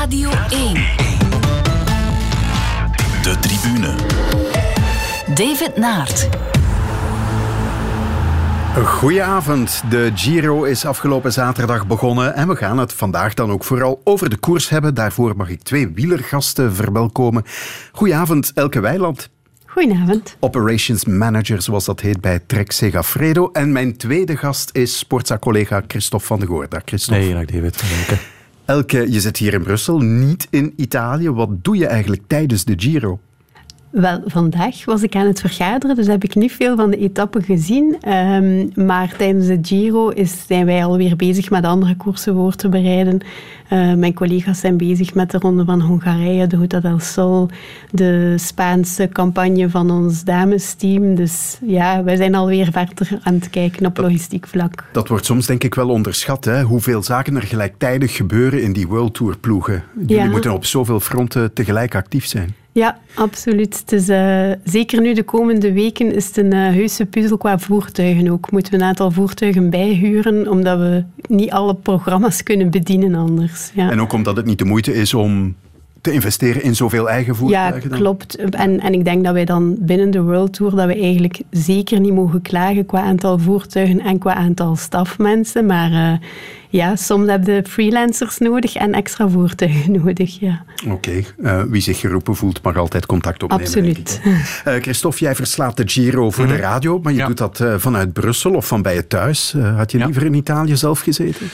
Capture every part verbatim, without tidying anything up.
Radio één. De tribune. David Naert. Goedenavond. De Giro is afgelopen zaterdag begonnen en we gaan het vandaag dan ook vooral over de koers hebben. Daarvoor mag ik twee wielergasten verwelkomen. Goedenavond, Elke Wijland. Goedenavond. Operations Manager, zoals dat heet bij Trek Segafredo. En mijn tweede gast is Sportza-collega Christophe van de Goor. Dag Christophe. Hey, dag David. Dank. Elke, je zit hier in Brussel, niet in Italië. Wat doe je eigenlijk tijdens de Giro? Wel, vandaag was ik aan het vergaderen, dus heb ik niet veel van de etappen gezien. Um, maar tijdens de Giro is, zijn wij alweer bezig met andere koersen voor te bereiden. Uh, mijn collega's zijn bezig met de Ronde van Hongarije, de Ruta del Sol, de Spaanse campagne van ons damesteam. Dus ja, wij zijn alweer verder aan het kijken op logistiek vlak. Dat wordt soms denk ik wel onderschat, hè? Hoeveel zaken er gelijktijdig gebeuren in die World Tour ploegen. Jullie Ja. moeten op zoveel fronten tegelijk actief zijn. Ja, absoluut. Het is, uh, zeker nu de komende weken is het een uh, heuse puzzel qua voertuigen ook. Moeten we een aantal voertuigen bijhuren, omdat we niet alle programma's kunnen bedienen anders. Ja. En ook omdat het niet de moeite is om te investeren in zoveel eigen Ja, voertuigen. dan? klopt. En, en ik denk dat wij dan binnen de World Tour dat we eigenlijk zeker niet mogen klagen qua aantal voertuigen en qua aantal stafmensen. Maar uh, ja, soms heb je freelancers nodig en extra voertuigen nodig. Ja. Oké, okay. uh, wie zich geroepen voelt mag altijd contact opnemen. Absoluut. Uh, Christophe, jij verslaat de Giro voor Mm-hmm. de radio, maar je Ja. doet dat uh, vanuit Brussel of van bij je thuis. Uh, had je Ja. liever in Italië zelf gezeten?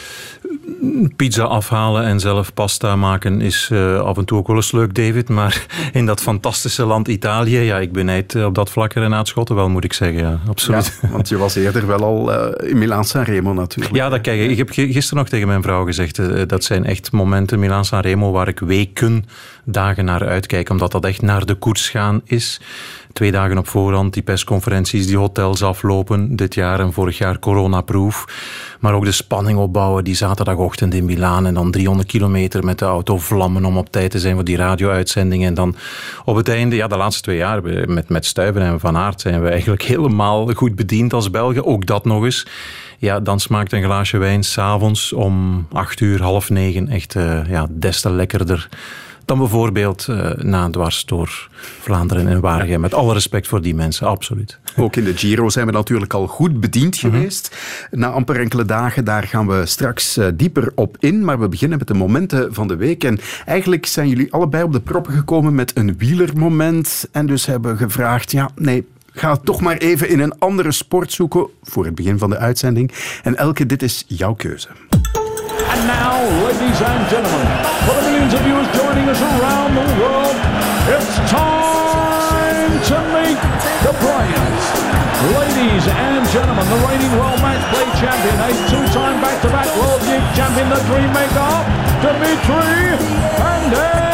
Pizza afhalen en zelf pasta maken is uh, af en toe ook wel eens leuk, David. Maar in dat fantastische land Italië, ja, ik benijd uh, op dat vlak Renaat Schotten wel, moet ik zeggen. Ja, absoluut. Ja, want je was eerder wel al uh, in Milaan-San Remo natuurlijk. Ja, dat kijk ik. Ik heb gisteren nog tegen mijn vrouw gezegd, uh, dat zijn echt momenten, Milaan-San Remo, waar ik weken, dagen naar uitkijk. Omdat dat echt naar de koers gaan is. Twee dagen op voorhand, die persconferenties, die hotels aflopen. Dit jaar en vorig jaar coronaproof. Maar ook de spanning opbouwen, die zaterdagochtend in Milaan. En dan driehonderd kilometer met de auto vlammen om op tijd te zijn voor die radio-uitzendingen. En dan op het einde, ja, de laatste twee jaar met, met Stuyven en Van Aert zijn we eigenlijk helemaal goed bediend als Belgen. Ook dat nog eens. Ja, dan smaakt een glaasje wijn 's avonds om acht uur, half negen echt uh, ja, des te lekkerder dan bijvoorbeeld uh, na dwars door Vlaanderen en Waregem. Met alle respect voor die mensen, absoluut. Ook in de Giro zijn we natuurlijk al goed bediend geweest. Na amper enkele dagen, daar gaan we straks uh, dieper op in. Maar we beginnen met de momenten van de week. En eigenlijk zijn jullie allebei op de proppen gekomen met een wielermoment. En dus hebben we gevraagd, ja, nee, ga toch maar even in een andere sport zoeken voor het begin van de uitzending. En Elke, dit is jouw keuze. And now, ladies and gentlemen, for the millions of viewers joining us around the world, it's time to meet the Bryans. Ladies and gentlemen, the reigning World Match Play champion, a two-time back-to-back World Youth champion, the Dreammaker, Dimitri Vandenberg.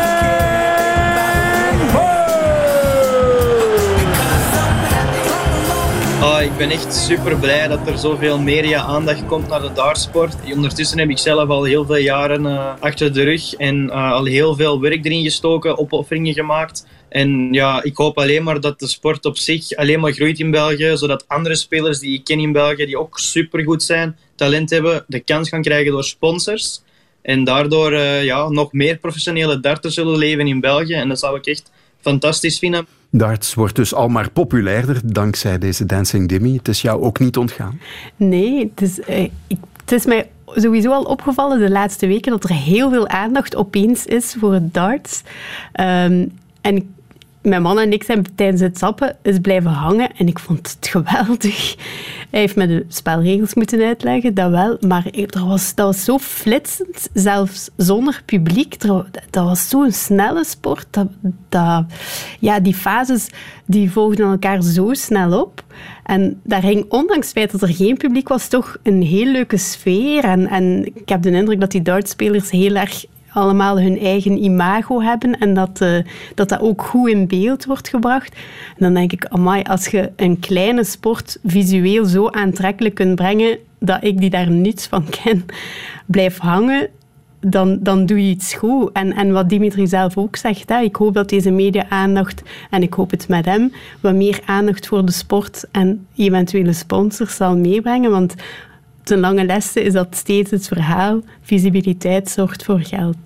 Oh, ik ben echt super blij dat er zoveel media-aandacht komt naar de dartsport. Ondertussen heb ik zelf al heel veel jaren uh, achter de rug en uh, al heel veel werk erin gestoken, opofferingen gemaakt. En ja, ik hoop alleen maar dat de sport op zich alleen maar groeit in België, zodat andere spelers die ik ken in België, die ook supergoed zijn, talent hebben, de kans gaan krijgen door sponsors. En daardoor uh, ja, nog meer professionele darters zullen leven in België. En dat zou ik echt fantastisch vinden. Darts wordt dus al maar populairder dankzij deze Dancing Dimmy. Het is jou ook niet ontgaan? Nee, het is, uh, ik, het is mij sowieso al opgevallen de laatste weken dat er heel veel aandacht opeens is voor het darts. Um, en ik, mijn man en ik zijn tijdens het zappen eens blijven hangen en ik vond het geweldig. Hij heeft me de spelregels moeten uitleggen, dat wel. Maar dat was, dat was zo flitsend, zelfs zonder publiek. Dat was zo'n snelle sport. Dat, dat, ja, die fases die volgden elkaar zo snel op. En daar hing, ondanks het feit dat er geen publiek was, toch een heel leuke sfeer. En, en ik heb de indruk dat die dartspelers heel erg allemaal hun eigen imago hebben en dat, uh, dat dat ook goed in beeld wordt gebracht. En dan denk ik, amai, als je een kleine sport visueel zo aantrekkelijk kunt brengen dat ik, die daar niets van ken, blijf hangen, dan, dan doe je iets goed. En, en wat Dimitri zelf ook zegt, hè, ik hoop dat deze media-aandacht, en ik hoop het met hem, wat meer aandacht voor de sport en eventuele sponsors zal meebrengen, want ten lange leste is dat steeds het verhaal. Visibiliteit zorgt voor geld.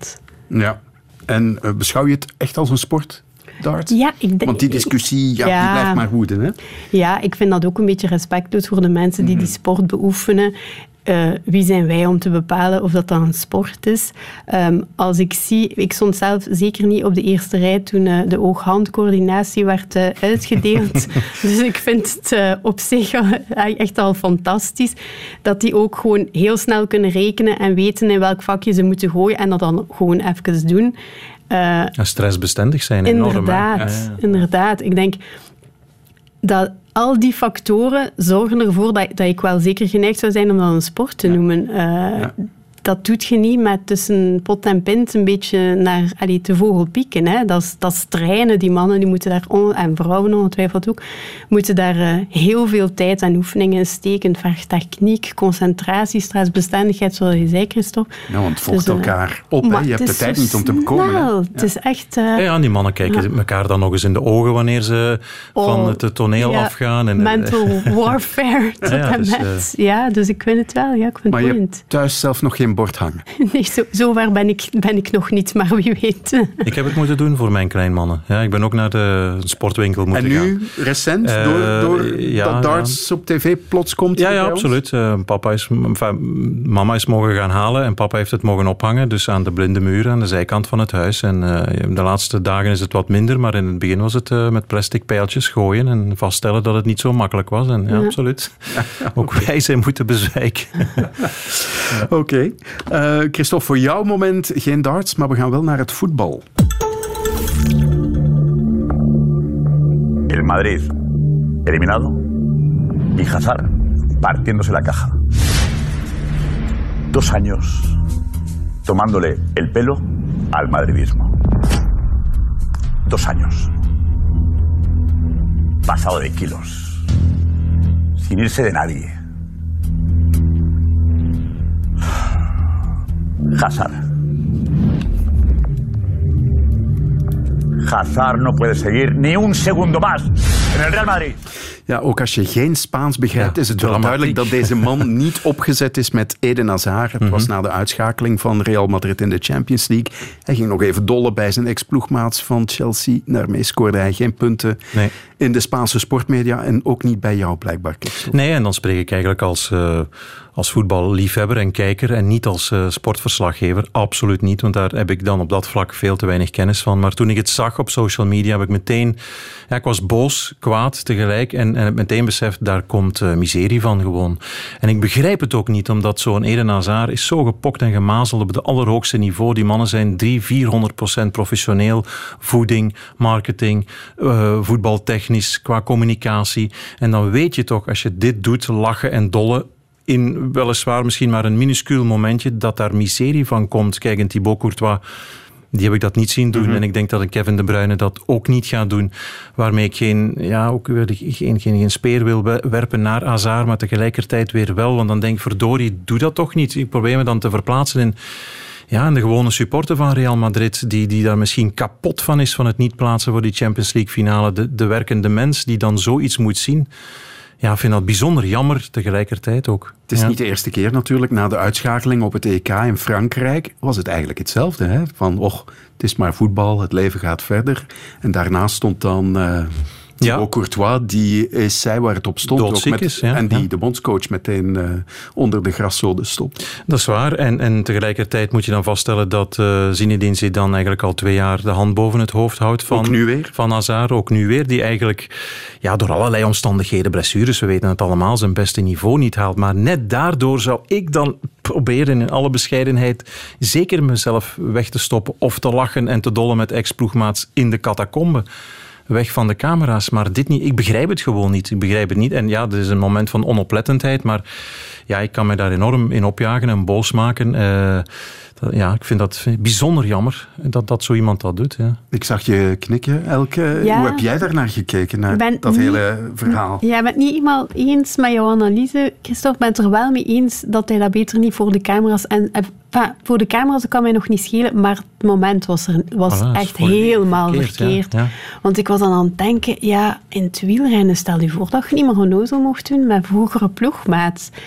Ja. En uh, beschouw je het echt als een sport, darts? Ja, ik denk... Want die discussie ja, ja. die blijft maar woeden, hè? Ja, ik vind dat ook een beetje respectloos voor de mensen die die sport beoefenen. Uh, wie zijn wij om te bepalen of dat dan een sport is? Um, als ik zie... Ik stond zelf zeker niet op de eerste rij toen uh, de oog-handcoördinatie werd uh, uitgedeeld. Dus ik vind het uh, op zich uh, echt al fantastisch dat die ook gewoon heel snel kunnen rekenen en weten in welk vakje ze moeten gooien en dat dan gewoon even doen. Uh, stressbestendig zijn enorm. Inderdaad, ja, ja. inderdaad. Ik denk dat al die factoren zorgen ervoor dat, dat ik wel zeker geneigd zou zijn om dat een sport te noemen. Uh, ja. Dat doet je niet met tussen pot en pint een beetje naar allee, te vogelpieken. Hè. Dat is, dat is trainen. Die mannen die moeten daar, on, en vrouwen ongetwijfeld ook, moeten daar uh, heel veel tijd en oefeningen in steken. Het vergt techniek, concentratie, stressbestendigheid, zoals je zei, Christophe. Ja, want het volgt dus, uh, elkaar op. Hè. Je hebt de tijd niet om te bekomen. Nou, ja. Het is echt... Uh, ja, ja, die mannen kijken ja. elkaar dan nog eens in de ogen wanneer ze oh, van het toneel ja, afgaan. En, mental warfare tot ja, en dus, met. Uh, ja, dus ik vind het wel. Ja, ik vind maar het je hebt thuis zelf nog geen bord hangen? Nee, zo, zo ver ben ik, ben ik nog niet, maar wie weet. Ik heb het moeten doen voor mijn kleinmannen. Ja, ik ben ook naar de sportwinkel moeten gaan. En nu, gaan. recent, uh, door, door ja, dat darts ja. op tv plots komt? Ja, ja absoluut. Uh, papa is, enfin, mama is mogen gaan halen en papa heeft het mogen ophangen. Dus aan de blinde muur aan de zijkant van het huis. En uh, de laatste dagen is het wat minder, maar in het begin was het uh, met plastic pijltjes gooien en vaststellen dat het niet zo makkelijk was. En ja, ja. absoluut. Ja, okay. Ook wij zijn moeten bezwijken. Oké. Okay. Uh, Christophe, voor jouw moment geen darts, maar we gaan wel naar het voetbal. El Madrid eliminado y Hazard partiéndose la caja. Dos años tomándole el pelo al madridismo. Dos años. Pasado de kilos. Sin irse de nadie. Hazard. Hazard no puede seguir ni un segundo más en el Real Madrid. Ja, ook als je geen Spaans begrijpt, ja, is het wel duidelijk dat deze man niet opgezet is met Eden Hazard. Het mm-hmm. was na de uitschakeling van Real Madrid in de Champions League. Hij ging nog even dollen bij zijn ex-ploegmaats van Chelsea. Daarmee scoorde hij geen punten nee. in de Spaanse sportmedia en ook niet bij jou blijkbaar. Christophe. Nee, en dan spreek ik eigenlijk als, uh, als voetballiefhebber en kijker en niet als uh, sportverslaggever. Absoluut niet, want daar heb ik dan op dat vlak veel te weinig kennis van. Maar toen ik het zag op social media, heb ik meteen... Ja, ik was boos, kwaad tegelijk en, en heb meteen beseft, daar komt uh, miserie van gewoon. En ik begrijp het ook niet, omdat zo'n Eden Hazard is zo gepokt en gemazeld op het allerhoogste niveau. Die mannen zijn drie, vierhonderd procent professioneel. Voeding, marketing, uh, voetbaltechnisch, qua communicatie. En dan weet je toch, als je dit doet, lachen en dollen, in weliswaar misschien maar een minuscuul momentje, dat daar miserie van komt. Kijk, en Thibaut Courtois, die heb ik dat niet zien doen. Mm-hmm. En ik denk dat een Kevin De Bruyne dat ook niet gaat doen. Waarmee ik geen, ja, ook weer geen, geen, geen speer wil werpen naar Hazard, maar tegelijkertijd weer wel. Want dan denk ik, verdorie, doe dat toch niet. Ik probeer me dan te verplaatsen in, ja, in de gewone supporter van Real Madrid, die, die daar misschien kapot van is van het niet plaatsen voor die Champions League finale. De, de werkende mens die dan zoiets moet zien. Ja, ik vind dat bijzonder jammer tegelijkertijd ook. Het is ja. niet de eerste keer natuurlijk. Na de uitschakeling op het E K in Frankrijk was het eigenlijk hetzelfde. Hè? Van, och, het is maar voetbal, het leven gaat verder. En daarnaast stond dan uh, Thibaut ja. Courtois, die is zij waar het op stond. Ook met, is, ja. En die ja. de bondscoach meteen uh, onder de graszode stopt. Dat is waar. En, en tegelijkertijd moet je dan vaststellen dat uh, Zinedine Zidane eigenlijk al twee jaar de hand boven het hoofd houdt van, ook nu weer. van Hazard. Ook nu weer. Die eigenlijk ja, door allerlei omstandigheden, blessures, we weten het allemaal, zijn beste niveau niet haalt. Maar net daardoor zou ik dan proberen in alle bescheidenheid zeker mezelf weg te stoppen of te lachen en te dollen met ex-ploegmaats in de catacombe. Weg van de camera's, maar dit niet. Ik begrijp het gewoon niet. Ik begrijp het niet. En ja, dit is een moment van onoplettendheid, maar ja, ik kan me daar enorm in opjagen en boos maken. Uh, ja, ik vind dat bijzonder jammer dat, dat zo iemand dat doet. Ja. Ik zag je knikken, Elke. Ja. Hoe heb jij daar naar gekeken, naar ben dat niet, hele verhaal? Ja, ik ben het niet helemaal eens met jouw analyse, Christophe. Ik ben het er wel mee eens dat hij dat beter niet voor de camera's... En, enfin, voor de camera's kan mij nog niet schelen, maar het moment was, er, was voilà, echt helemaal verkeerd. verkeerd. Ja, ja. Want ik was dan aan het denken, ja, in het wielrennen, stel je voor dat je niet meer onnozel mocht doen met vroegere ploegmaats.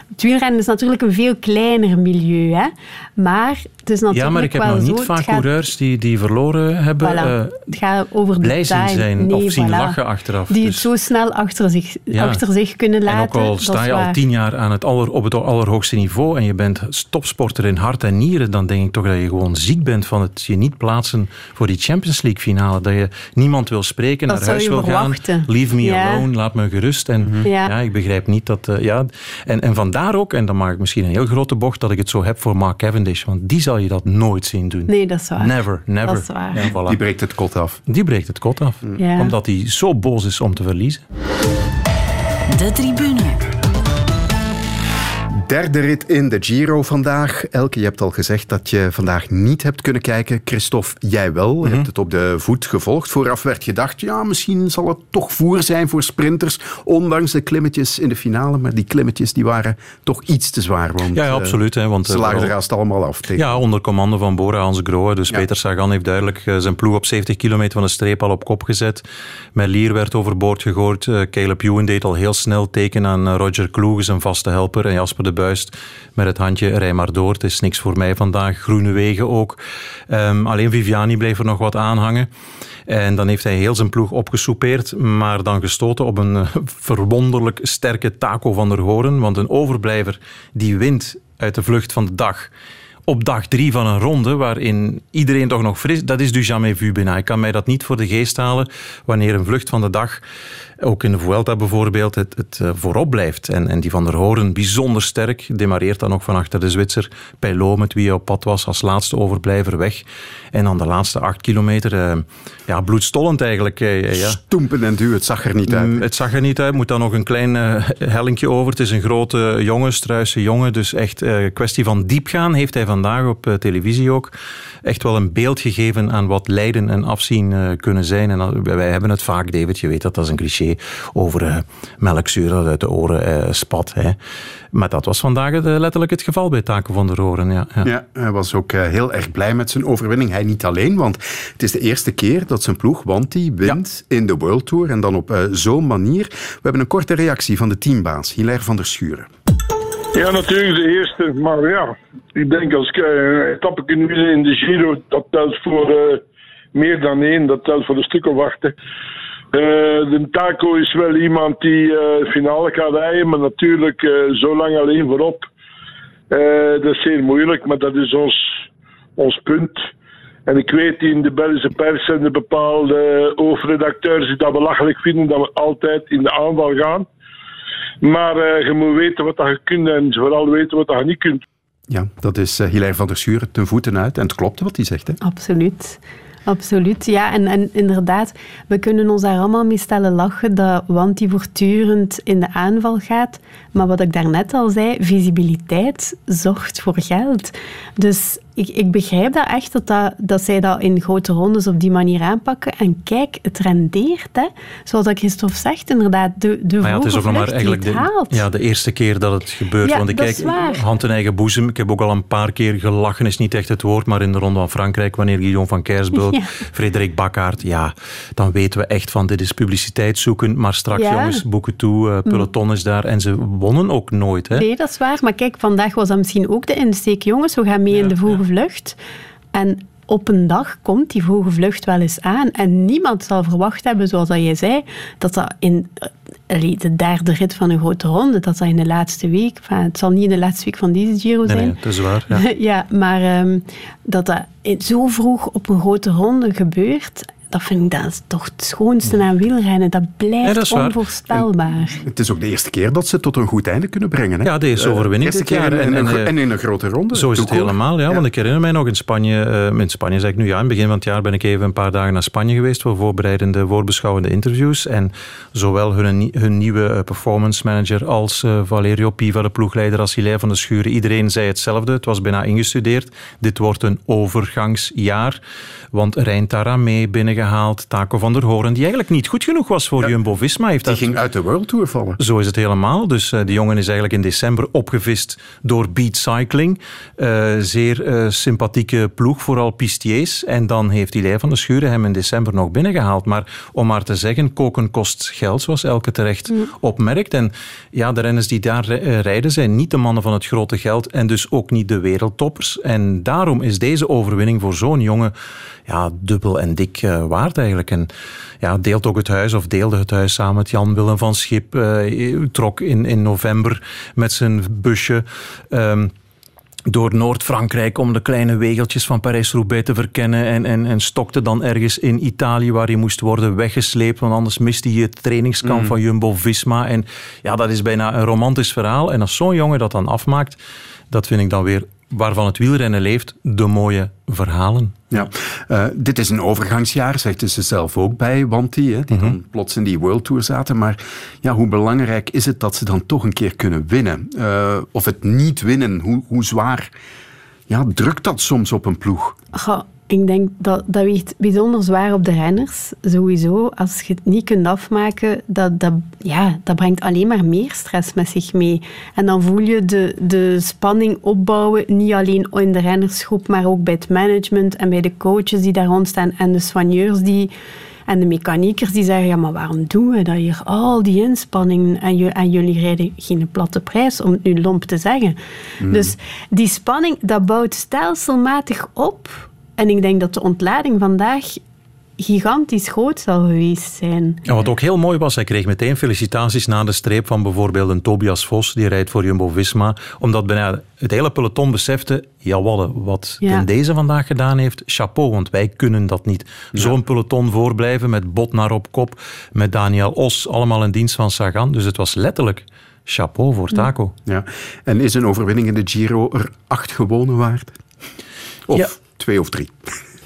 het wielrennen is natuurlijk een veel kleiner milieu, hè? Maar het is natuurlijk Ja, maar ik heb wel nog zo, niet vaak het gaat, coureurs die, die verloren hebben, voilà, uh, het gaat over de blij zien time. zijn Nee, of zien voilà. lachen achteraf. Die Dus- het zo snel achter zich, Ja. achter zich kunnen laten. En ook al dat sta is je al waar. tien jaar aan het aller, op het allerhoogste niveau en je bent topsporter in hart en nieren, dan denk ik toch dat je gewoon ziek bent van het je niet plaatsen voor die Champions League finale. Dat je niemand wil spreken, Dat naar zou huis je wil verwachten. gaan. Leave me Ja. alone, laat me gerust. En Ja. ja, ik begrijp niet dat... Uh, ja, en, en vandaar ook, en dan maak ik misschien een heel grote bocht, dat ik het zo heb voor Mark Cavendish. Want die zal je dat nooit zien doen. Nee, dat is waar. Never, never. Dat is waar. Ja, voilà. Die breekt het kot af. Die breekt het kot af. Ja. Omdat hij zo boos is om te verliezen. De tribune. Derde rit in de Giro vandaag. Elke, je hebt al gezegd dat je vandaag niet hebt kunnen kijken. Christophe, jij wel. Je Mm-hmm. hebt het op de voet gevolgd. Vooraf werd gedacht, ja, misschien zal het toch voer zijn voor sprinters. Ondanks de klimmetjes in de finale. Maar die klimmetjes die waren toch iets te zwaar. Want, Ja, ja, eh, absoluut. Hè, want, ze uh, lagen wel- er haast allemaal af. Tegen. Ja, onder commando van Bora Hansgrohe. Dus Ja. Peter Sagan heeft duidelijk uh, zijn ploeg op zeventig kilometer van de streep al op kop gezet. Merlier werd overboord gegooid. Uh, Caleb Ewan deed al heel snel teken aan uh, Roger Kloege, zijn vaste helper. En Jasper de Buist met het handje, rij maar door. Het is niks voor mij vandaag. Groene wegen ook. Um, alleen Viviani bleef er nog wat aanhangen. En dan heeft hij heel zijn ploeg opgesoupeerd, maar dan gestoten op een uh, verwonderlijk sterke Taco van der Hoorn. Want een overblijver die wint uit de vlucht van de dag op dag drie van een ronde, waarin iedereen toch nog fris... Dat is du jamais vu bijna. Ik kan mij dat niet voor de geest halen, wanneer een vlucht van de dag, ook in de Vuelta bijvoorbeeld, het, het uh, voorop blijft. En, en die van der Hoorn, bijzonder sterk, demareert dan nog van achter de Zwitser. Peillot, met wie hij op pad was, als laatste overblijver weg. En dan de laatste acht kilometer, uh, ja, bloedstollend eigenlijk. Uh, ja. Stoempen en duw, het zag er niet uit. Mm, Het zag er niet uit. Moet dan nog een klein uh, hellinkje over. Het is een grote jongen, struise jongen. Dus echt uh, kwestie van diep gaan heeft hij vandaag op uh, televisie ook. Echt wel een beeld gegeven aan wat lijden en afzien uh, kunnen zijn. En uh, wij hebben het vaak, David, je weet dat, dat is een cliché, over uh, melkzuur dat uit de oren uh, spat. Hè. Maar dat was vandaag uh, letterlijk het geval bij Taco van der Hoorn. Ja, ja. Ja, hij was ook uh, heel erg blij met zijn overwinning. Hij niet alleen, want het is de eerste keer dat zijn ploeg, Wanty, wint ja. in de World Tour. En dan op uh, zo'n manier. We hebben een korte reactie van de teambaas, Hilaire van der Schuren. Ja, natuurlijk de eerste. Maar ja, ik denk als uh, etappe kunnen winnen in de Giro, dat telt voor uh, meer dan één. Dat telt voor een stuk of wachten. Uh, de Taco is wel iemand die uh, finale gaat rijden, maar natuurlijk uh, zo lang alleen voorop. Uh, dat is zeer moeilijk, maar dat is ons, ons punt. En ik weet in de Belgische pers en de bepaalde hoofdredacteurs die dat belachelijk vinden dat we altijd in de aanval gaan. Maar uh, je moet weten wat dat je kunt en vooral weten wat dat je niet kunt. Ja, dat is uh, Hilaire van der Schuren ten voeten uit. En het klopt wat hij zegt, hè? Absoluut. Absoluut, ja. En, en inderdaad, we kunnen ons daar allemaal mee stellen lachen dat Wanty voortdurend in de aanval gaat. Maar wat ik daarnet al zei, visibiliteit zorgt voor geld. Dus ik, ik begrijp dat echt, dat, dat, dat zij dat in grote rondes op die manier aanpakken. En kijk, het rendeert, hè. Zoals dat Christophe zegt, inderdaad, de, de Maar ja, het is ook nog maar vroege vlucht eigenlijk die het haalt. de, ja, de eerste keer dat het gebeurt. Ja, Want ik dat kijk, is waar. hand in eigen boezem. Ik heb ook al een paar keer gelachen, is niet echt het woord, maar in de Ronde van Frankrijk, wanneer Guillaume van Kersbult, Ja. Frederik Bakkaert, ja, dan weten we echt van, dit is publiciteit zoeken, maar straks, Ja. jongens, boeken toe, uh, peloton is daar. En ze wonnen ook nooit, hè. Nee, dat is waar. Maar kijk, vandaag was dat misschien ook de insteek. Jongens, we gaan mee Ja, in de vroege ja. vlucht. En op een dag komt die vroege vlucht wel eens aan. En niemand zal verwacht hebben, zoals dat jij zei, dat dat in uh, de derde rit van een grote ronde, dat dat in de laatste week, enfin, het zal niet in de laatste week van deze Giro Nee, zijn. nee, dat is waar. Ja. Ja, maar um, dat dat zo vroeg op een grote ronde gebeurt, dat vind ik dat is toch het schoonste aan wielrennen. Dat blijft Ja, dat is waar. onvoorspelbaar. Het is ook de eerste keer dat ze het tot een goed einde kunnen brengen. Hè? Ja, de eerste overwinning Uh, dit eerste jaar. keer in, En- en, en, en in een grote ronde. Zo is het Toekomst. helemaal, ja, Ja. want ik herinner mij nog in Spanje, uh, in Spanje zeg ik nu ja, in het begin van het jaar ben ik even een paar dagen naar Spanje geweest voor voorbereidende, voorbeschouwende interviews en zowel hun, hun nieuwe uh, performance manager als uh, Valerio Piva, de ploegleider, als Hilaire van der Schuren, iedereen zei hetzelfde, het was bijna ingestudeerd, dit wordt een overgangsjaar, want Rein Taramé binnen binnengehaald. Taco van der Hoorn, die eigenlijk niet goed genoeg was voor ja. Jumbo-Visma. Heeft die dat... ging uit de World Tour vallen. Zo is het helemaal. Dus uh, de jongen is eigenlijk in december opgevist door Beat Cycling. Uh, zeer uh, sympathieke ploeg, vooral pistiers. En dan heeft Hilaire van der Schuren hem in december nog binnengehaald. Maar om maar te zeggen, koken kost geld, zoals Elke terecht mm. opmerkt. En ja, de renners die daar uh, rijden zijn niet de mannen van het grote geld en dus ook niet de wereldtoppers. En daarom is deze overwinning voor zo'n jongen ja, dubbel en dik uh, waard eigenlijk. En ja, deelt ook het huis of deelde het huis samen met Jan Willem van Schip. Uh, trok in, in november met zijn busje Um, door Noord-Frankrijk om de kleine wegeltjes van Parijs-Roubaix te verkennen en, en, en stokte dan ergens in Italië waar hij moest worden weggesleept, want anders miste hij het trainingskamp mm. van Jumbo-Visma. En ja, dat is bijna een romantisch verhaal. En als zo'n jongen dat dan afmaakt, dat vind ik dan weer, waarvan het wielrennen leeft, de mooie verhalen. Ja, uh, dit is een overgangsjaar, zegt ze zelf ook bij Wanty, hè, die mm-hmm. dan plots in die World Tour zaten. Maar ja, hoe belangrijk is het dat ze dan toch een keer kunnen winnen? Uh, of het niet winnen, hoe, hoe zwaar ja, drukt dat soms op een ploeg? Goh, ik denk dat dat weegt bijzonder zwaar op de renners. Sowieso, als je het niet kunt afmaken, dat, dat, ja, dat brengt alleen maar meer stress met zich mee. En dan voel je de, de spanning opbouwen, niet alleen in de rennersgroep, maar ook bij het management en bij de coaches die daar rond staan en de soigneurs die, en de mechaniekers die zeggen, ja, maar waarom doen we dat hier? Al die inspanning en, je, en jullie rijden geen platte prijs, om het nu lomp te zeggen. Mm. Dus die spanning, dat bouwt stelselmatig op. En ik denk dat de ontlading vandaag gigantisch groot zal geweest zijn. Ja, wat ook heel mooi was, hij kreeg meteen felicitaties na de streep van bijvoorbeeld een Tobias Vos, die rijdt voor Jumbo-Visma, omdat bijna het hele peloton besefte, ja, wat ja. deze vandaag gedaan heeft, chapeau, want wij kunnen dat niet. Ja. Zo'n peloton voorblijven met Botnar op kop, met Daniel Os, allemaal in dienst van Sagan. Dus het was letterlijk chapeau voor Taco. Ja. En is een overwinning in de Giro er acht gewonnen waard? Of... Ja. Twee of drie.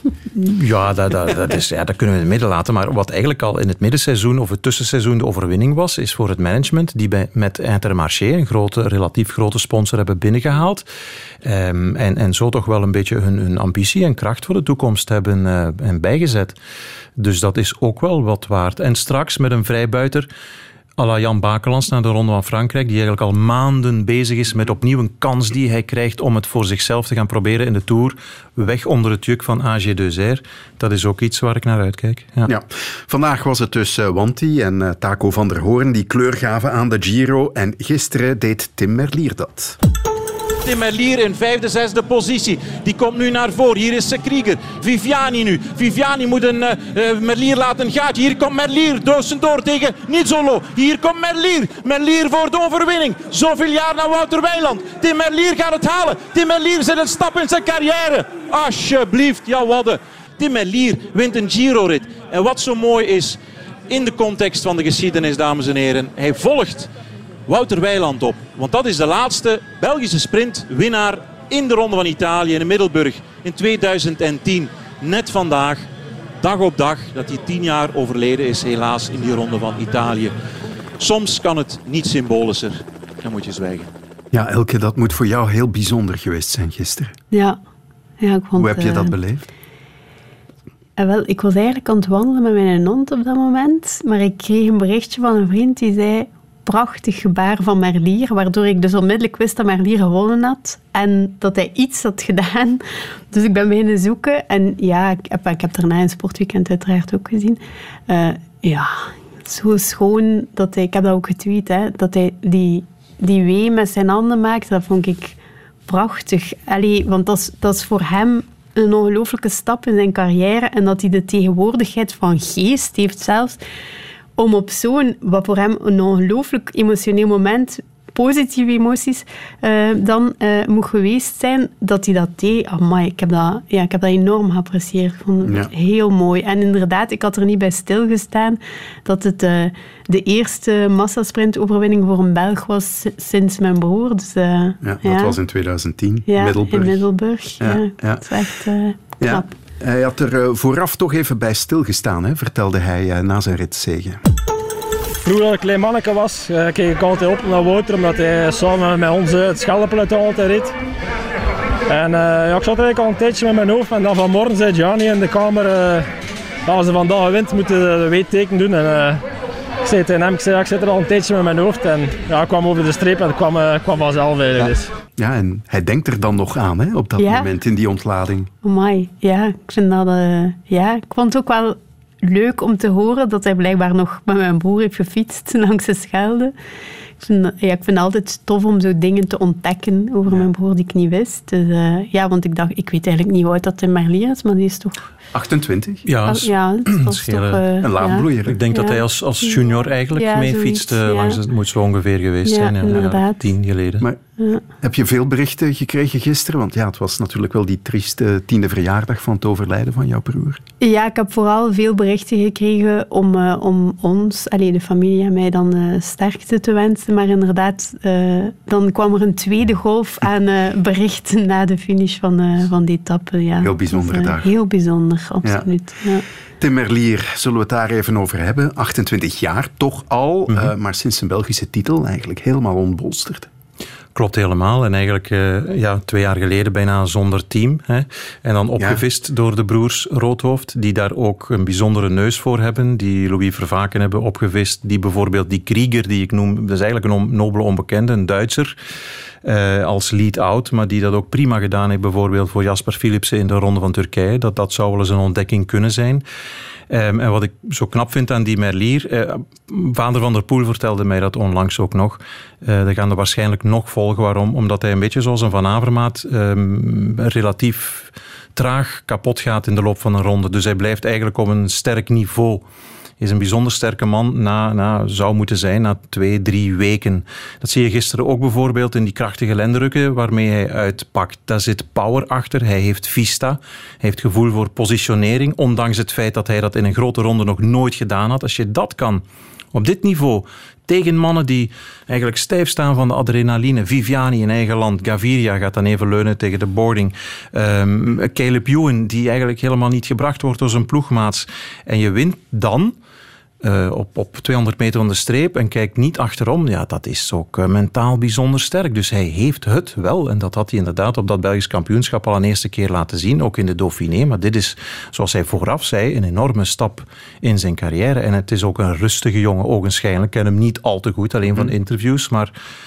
Ja, dat, dat, dat, is, ja, dat kunnen we in het midden laten. Maar wat eigenlijk al in het middenseizoen of het tussenseizoen de overwinning was, is voor het management die bij, met Intermarché, een grote, relatief grote sponsor, hebben binnengehaald. Um, en, en zo toch wel een beetje hun, hun ambitie en kracht voor de toekomst hebben uh, en bijgezet. Dus dat is ook wel wat waard. En straks met een vrijbuiter à la Jan Bakelands naar de Ronde van Frankrijk, die eigenlijk al maanden bezig is met opnieuw een kans die hij krijgt om het voor zichzelf te gaan proberen in de Tour, weg onder het juk van A G deux R. Dat is ook iets waar ik naar uitkijk. Ja. Ja. Vandaag was het dus uh, Wanty en uh, Taco van der Hoorn die kleur gaven aan de Giro en gisteren deed Tim Merlier dat. Tim Merlier in vijfde, zesde positie. Die komt nu naar voren. Hier is Krieger. Viviani nu. Viviani moet een uh, uh, Merlier laten gaan. Hier komt Merlier. Doorsen door tegen Nizzolo. Hier komt Merlier. Merlier voor de overwinning. Zoveel jaar naar Wouter Weiland. Tim Merlier gaat het halen. Tim Merlier zet een stap in zijn carrière. Alsjeblieft. Ja, wadden. Tim Merlier wint een Giro-rit. En wat zo mooi is, in de context van de geschiedenis, dames en heren, hij volgt Wouter Weiland op. Want dat is de laatste Belgische sprintwinnaar in de Ronde van Italië in Middelburg in tweeduizend tien. Net vandaag, dag op dag, dat hij tien jaar overleden is helaas in die Ronde van Italië. Soms kan het niet symbolischer. Dan moet je zwijgen. Ja, Elke, dat moet voor jou heel bijzonder geweest zijn gisteren. Ja. ja ik vond, Hoe heb je dat uh... beleefd? Uh, wel, ik was eigenlijk aan het wandelen met mijn hond op dat moment, maar ik kreeg een berichtje van een vriend die zei, prachtig gebaar van Merlier, waardoor ik dus onmiddellijk wist dat Merlier gewonnen had en dat hij iets had gedaan. Dus ik ben beginnen zoeken en ja, ik heb, ik heb daarna een sportweekend uiteraard ook gezien. Uh, ja, zo schoon dat hij, ik heb dat ook getweet, hè, dat hij die, die wee met zijn handen maakt, dat vond ik prachtig. Allee, want dat is, dat is voor hem een ongelooflijke stap in zijn carrière en dat hij de tegenwoordigheid van geest heeft zelfs om op zo'n, wat voor hem een ongelooflijk emotioneel moment, positieve emoties, uh, dan uh, moet geweest zijn, dat hij dat deed. Amai, ik heb dat, ja, ik heb dat enorm geapprecieerd. Ik vond het ja. heel mooi. En inderdaad, ik had er niet bij stilgestaan dat het uh, de eerste massasprint-overwinning voor een Belg was sinds mijn broer. Dus, uh, ja, dat ja. was in tweeduizend tien, ja, Middelburg. in Middelburg. Ja, ja. ja. Dat is echt uh, knap. Ja. Hij had er vooraf toch even bij stilgestaan, hè, vertelde hij na zijn ritzege. Vroeger dat ik een klein manneke was, uh, keek ik altijd op naar Wouter, omdat hij samen met ons het Scheldepeloton altijd reed. En uh, ja, ik zat er eigenlijk al een tijdje met mijn hoofd en dan vanmorgen zei Gianni in de kamer, uh, als je vandaag wint, moet je de weetteken doen. En, uh, ik zei tegen hem, ik, zei, ik zit er al een tijdje met mijn hoofd. En ja, ik kwam over de streep en ik kwam, uh, kwam vanzelf eigenlijk. Ja. Dus. Ja, en hij denkt er dan nog aan, hè, op dat Ja. moment in die ontlading. Amai, ja, ik vind dat... Uh, ja, ik vond het ook wel leuk om te horen dat hij blijkbaar nog met mijn broer heeft gefietst langs de Schelde. Ik vind, ja, ik vind het altijd tof om zo dingen te ontdekken over ja. mijn broer die ik niet wist. Dus, uh, ja, want ik dacht, ik weet eigenlijk niet hoe oud dat in Merlier is, maar die is toch... achtentwintig? Ja, oh, ja dat is toch... Uh, een laadbloeier. Ja. Ik denk dat hij als, als junior eigenlijk ja, mee fietste. Ja. Langs het moet zo ongeveer geweest ja, zijn. Ja, inderdaad. Ja, tien geleden. Maar ja. Heb je veel berichten gekregen gisteren? Want ja, het was natuurlijk wel die trieste tiende verjaardag van het overlijden van jouw broer. Ja, ik heb vooral veel berichten gekregen om, uh, om ons, allee, de familie en mij dan uh, sterkte te wensen. Maar inderdaad, uh, dan kwam er een tweede golf aan uh, berichten na de finish van, uh, van die etappe. Ja. Heel bijzondere dus, uh, dag. Heel bijzonder, absoluut. Ja. Ja. Tim Merlier, zullen we het daar even over hebben? achtentwintig jaar toch al, mm-hmm. uh, maar sinds zijn Belgische titel eigenlijk helemaal ontbolsterd. Klopt helemaal. En eigenlijk uh, ja, twee jaar geleden bijna zonder team. Hè. En dan opgevist ja. door de broers Roodhoofd, die daar ook een bijzondere neus voor hebben. Die Louis Vervaken hebben opgevist. Die bijvoorbeeld die Krieger, die ik noem, dat is eigenlijk een on, nobele onbekende, een Duitser. Uh, als lead-out, maar die dat ook prima gedaan heeft bijvoorbeeld voor Jasper Philipsen in de Ronde van Turkije. Dat, dat zou wel eens een ontdekking kunnen zijn. Um, en wat ik zo knap vind aan die Merlier, uh, Vader van der Poel vertelde mij dat onlangs ook nog. Uh, die gaan er waarschijnlijk nog volgen. Waarom? Omdat hij een beetje zoals een Van Avermaat um, relatief traag kapot gaat in de loop van een ronde. Dus hij blijft eigenlijk op een sterk niveau. Hij is een bijzonder sterke man, na, na, zou moeten zijn, na twee, drie weken. Dat zie je gisteren ook bijvoorbeeld in die krachtige lendenrukken waarmee hij uitpakt. Daar zit power achter, hij heeft vista, hij heeft gevoel voor positionering, ondanks het feit dat hij dat in een grote ronde nog nooit gedaan had. Als je dat kan, op dit niveau, tegen mannen die eigenlijk stijf staan van de adrenaline. Viviani in eigen land. Gaviria gaat dan even leunen tegen de boarding. Um, Caleb Ewan, die eigenlijk helemaal niet gebracht wordt door zijn ploegmaats. En je wint dan uh, op, op tweehonderd meter van de streep en kijkt niet achterom. Ja, dat is ook uh, mentaal bijzonder sterk. Dus hij heeft het wel. En dat had hij inderdaad op dat Belgisch kampioenschap al een eerste keer laten zien. Ook in de Dauphiné. Maar dit is, zoals hij vooraf zei, een enorme stap in zijn carrière. En het is ook een rustige jongen, ogenschijnlijk. Ik ken hem niet al te goed, alleen van interviews. Maar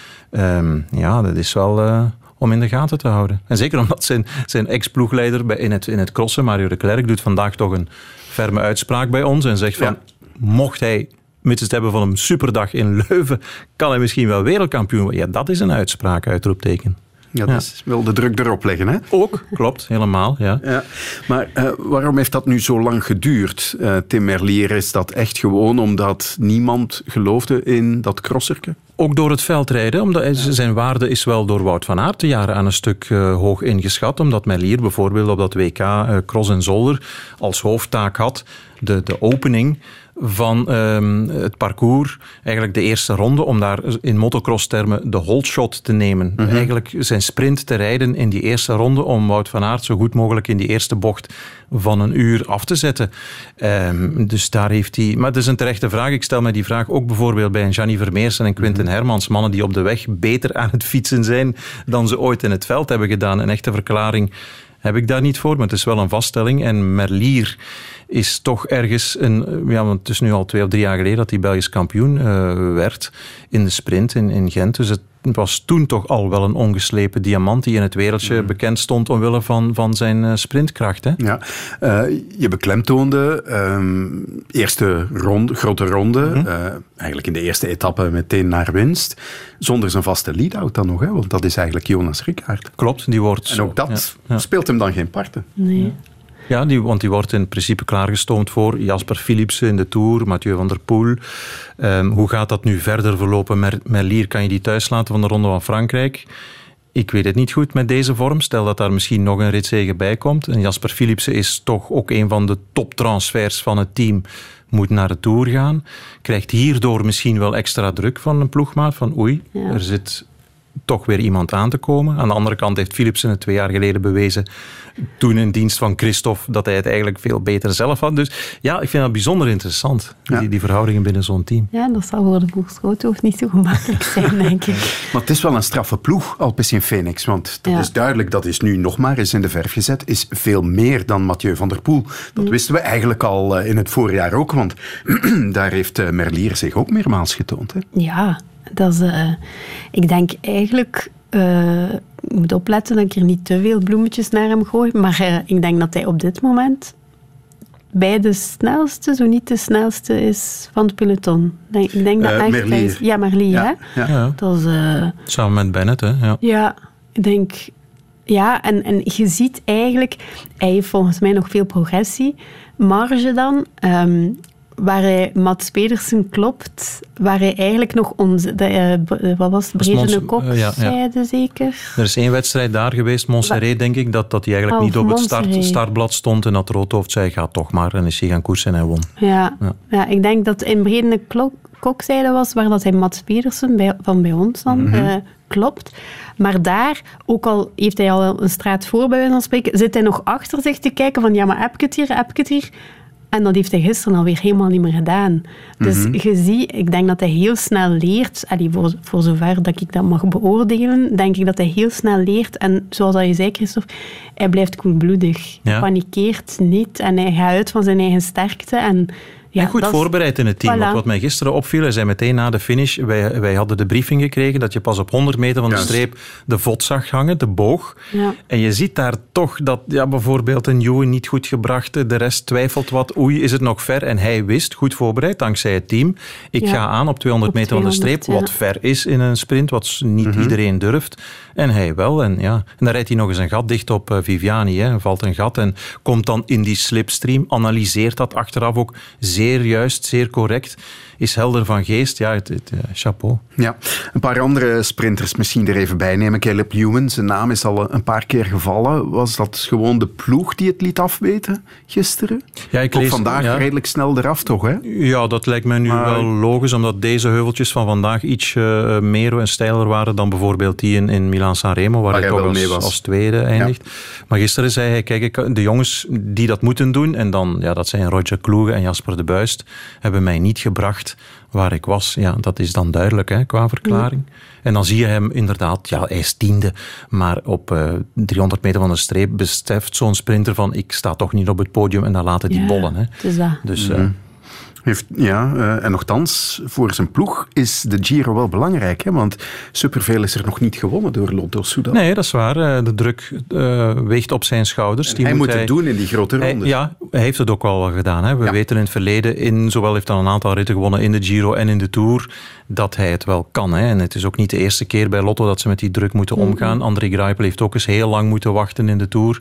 um, ja, dat is wel Uh, om in de gaten te houden. En zeker omdat zijn, zijn ex-ploegleider in het, in het crossen, Mario de Klerk, doet vandaag toch een ferme uitspraak bij ons en zegt van, ja. mocht hij, mits het hebben van een superdag in Leuven, kan hij misschien wel wereldkampioen worden. Ja, dat is een uitspraak, uitroepteken. Ja, dat ja. is wel de druk erop leggen, hè? Ook, klopt, helemaal, ja. ja. Maar uh, waarom heeft dat nu zo lang geduurd, uh, Tim Merlier? Is dat echt gewoon omdat niemand geloofde in dat crosserke? Ook door het veldrijden, omdat zijn waarde is wel door Wout van Aert de jaren aan een stuk uh, hoog ingeschat, omdat Merlier bijvoorbeeld op dat W K uh, Cross en Zolder als hoofdtaak had de, de opening van um, het parcours, eigenlijk de eerste ronde, om daar in motocross-termen de hold shot te nemen. Mm-hmm. Eigenlijk zijn sprint te rijden in die eerste ronde om Wout van Aert zo goed mogelijk in die eerste bocht van een uur af te zetten. Um, dus daar heeft hij... Maar het is een terechte vraag. Ik stel mij die vraag ook bijvoorbeeld bij een Gianni Vermeersen en Quinten mm-hmm. Hermans, mannen die op de weg beter aan het fietsen zijn dan ze ooit in het veld hebben gedaan. Een echte verklaring heb ik daar niet voor, maar het is wel een vaststelling. En Merlier is toch ergens een... Ja, want het is nu al twee of drie jaar geleden dat hij Belgisch kampioen uh, werd in de sprint in, in Gent. Dus het was toen toch al wel een ongeslepen diamant die in het wereldje mm. bekend stond omwille van, van zijn uh, sprintkracht. Hè? Ja, uh, je beklemtoonde um, eerste ronde, grote ronde, mm-hmm. uh, eigenlijk in de eerste etappe meteen naar winst, zonder zijn vaste lead-out dan nog, hè? Want dat is eigenlijk Jonas Rickaert. Klopt, die wordt... En ook dat ja, ja. speelt hem dan geen parten. Nee. Ja. Ja, die, want die wordt in principe klaargestoomd voor Jasper Philipsen in de Tour, Mathieu van der Poel. Um, hoe gaat dat nu verder verlopen? Mer- Merlier, kan je die thuis laten van de Ronde van Frankrijk? Ik weet het niet goed met deze vorm. Stel dat daar misschien nog een ritzege bij komt. En Jasper Philipsen is toch ook een van de toptransfers van het team. Moet naar de Tour gaan. Krijgt hierdoor misschien wel extra druk van een ploegmaat. Van oei, ja. er zit toch weer iemand aan te komen. Aan de andere kant heeft Philipsen het twee jaar geleden bewezen, toen in dienst van Christophe, dat hij het eigenlijk veel beter zelf had. Dus ja, ik vind dat bijzonder interessant, ja. die, die verhoudingen binnen zo'n team. Ja, dat zal voor de ploeg Schotenhoofd niet zo gemakkelijk zijn, denk ik. Maar het is wel een straffe ploeg, Alpecin Phoenix, want dat ja. is duidelijk, dat is nu nog maar eens in de verf gezet, is veel meer dan Mathieu van der Poel. Dat mm. wisten we eigenlijk al in het voorjaar ook, want daar heeft Merlier zich ook meermaals getoond. Hè? Ja, dat is, uh, ik denk eigenlijk... Uh, ik moet opletten dat ik er niet te veel bloemetjes naar hem gooi, maar uh, ik denk dat hij op dit moment bij de snelste, zo niet de snelste is van het peloton. Ik denk dat uh, Merlier. Is, ja, Merlier, ja, hè? Ja. Ja. Dat is, uh, samen met Bennett, hè? Ja, ja ik denk... Ja, en, en je ziet eigenlijk... Hij heeft volgens mij nog veel progressie. Marge dan... Um, waar hij Mats Pedersen klopt, waar hij eigenlijk nog onze... De, uh, wat was het? Brede Kop, uh, ja, zeide ja. zeker? Er is één wedstrijd daar geweest, Montserrat, denk ik, dat, dat hij eigenlijk oh, niet op het start, startblad stond en dat Roodhoofd zei, ga toch maar. En is hij gaan koersen en hij won. Ja, ja. ja ik denk dat in Brede Kokzijde was, waar dat hij Mats Pedersen bij, van bij ons dan mm-hmm. uh, klopt. Maar daar, ook al heeft hij al een straat voor, bij wijze van spreken, zit hij nog achter zich te kijken van, ja, maar heb ik het hier, heb ik het hier? En dat heeft hij gisteren alweer helemaal niet meer gedaan. Dus mm-hmm. je ziet, ik denk dat hij heel snel leert. Allee, voor, voor zover dat ik dat mag beoordelen, denk ik dat hij heel snel leert. En zoals je zei, Christophe, hij blijft koelbloedig. Ja. Hij panikeert niet en hij gaat uit van zijn eigen sterkte. En, ja, en goed dat voorbereid in het team. Voilà. Want wat mij gisteren opviel, hij zei meteen na de finish, wij, wij hadden de briefing gekregen dat je pas op honderd meter van de yes. streep de vod zag hangen, de boog. Ja. En je ziet daar toch dat ja, bijvoorbeeld een Ewan niet goed gebracht, de rest twijfelt wat, oei, is het nog ver? En hij wist, goed voorbereid, dankzij het team, ik ja. ga aan op tweehonderd meter van de streep, ja. wat ver is in een sprint, wat niet mm-hmm. iedereen durft. En hij wel. En, ja. en dan rijdt hij nog eens een gat dicht op uh, Viviani. Hè. Valt een gat en komt dan in die slipstream, analyseert dat achteraf ook zeer juist, zeer correct. Is helder van geest. Ja, het, het, uh, chapeau. Ja, een paar andere sprinters misschien er even bij nemen. Caleb Ewan, zijn naam is al een paar keer gevallen. Was dat gewoon de ploeg die het liet afweten gisteren? Ja, ik lees, lees, vandaag ja. redelijk snel eraf, toch? Hè? Ja, dat lijkt mij nu maar... wel logisch, omdat deze heuveltjes van vandaag iets uh, meer en steiler waren dan bijvoorbeeld die in, in Milaan-Sanremo, waar, waar hij toch als, was. als tweede eindigt. Ja. Maar gisteren zei hij, kijk, ik, de jongens die dat moeten doen, en dan, ja, dat zijn Roger Kloege en Jasper de Buist, hebben mij niet gebracht waar ik was. Ja, dat is dan duidelijk, hè, qua verklaring. Ja. En dan zie je hem inderdaad, ja, hij is tiende, maar op uh, driehonderd meter van de streep beseft zo'n sprinter van, ik sta toch niet op het podium en dan laten die ja, bollen. Hè. Het is dat. Dus... Mm-hmm. Uh, Heeft, ja, uh, en nogthans, voor zijn ploeg is de Giro wel belangrijk, hè? Want superveel is er nog niet gewonnen door Lotto Soudal. Nee, dat is waar. De druk uh, weegt op zijn schouders. Die hij moet, moet hij, het doen in die grote rondes. Ja, hij heeft het ook wel gedaan. Hè? We ja. weten in het verleden, in, zowel heeft hij een aantal ritten gewonnen in de Giro en in de Tour, dat hij het wel kan. Hè? En het is ook niet de eerste keer bij Lotto dat ze met die druk moeten mm-hmm. omgaan. André Greipel heeft ook eens heel lang moeten wachten in de Tour.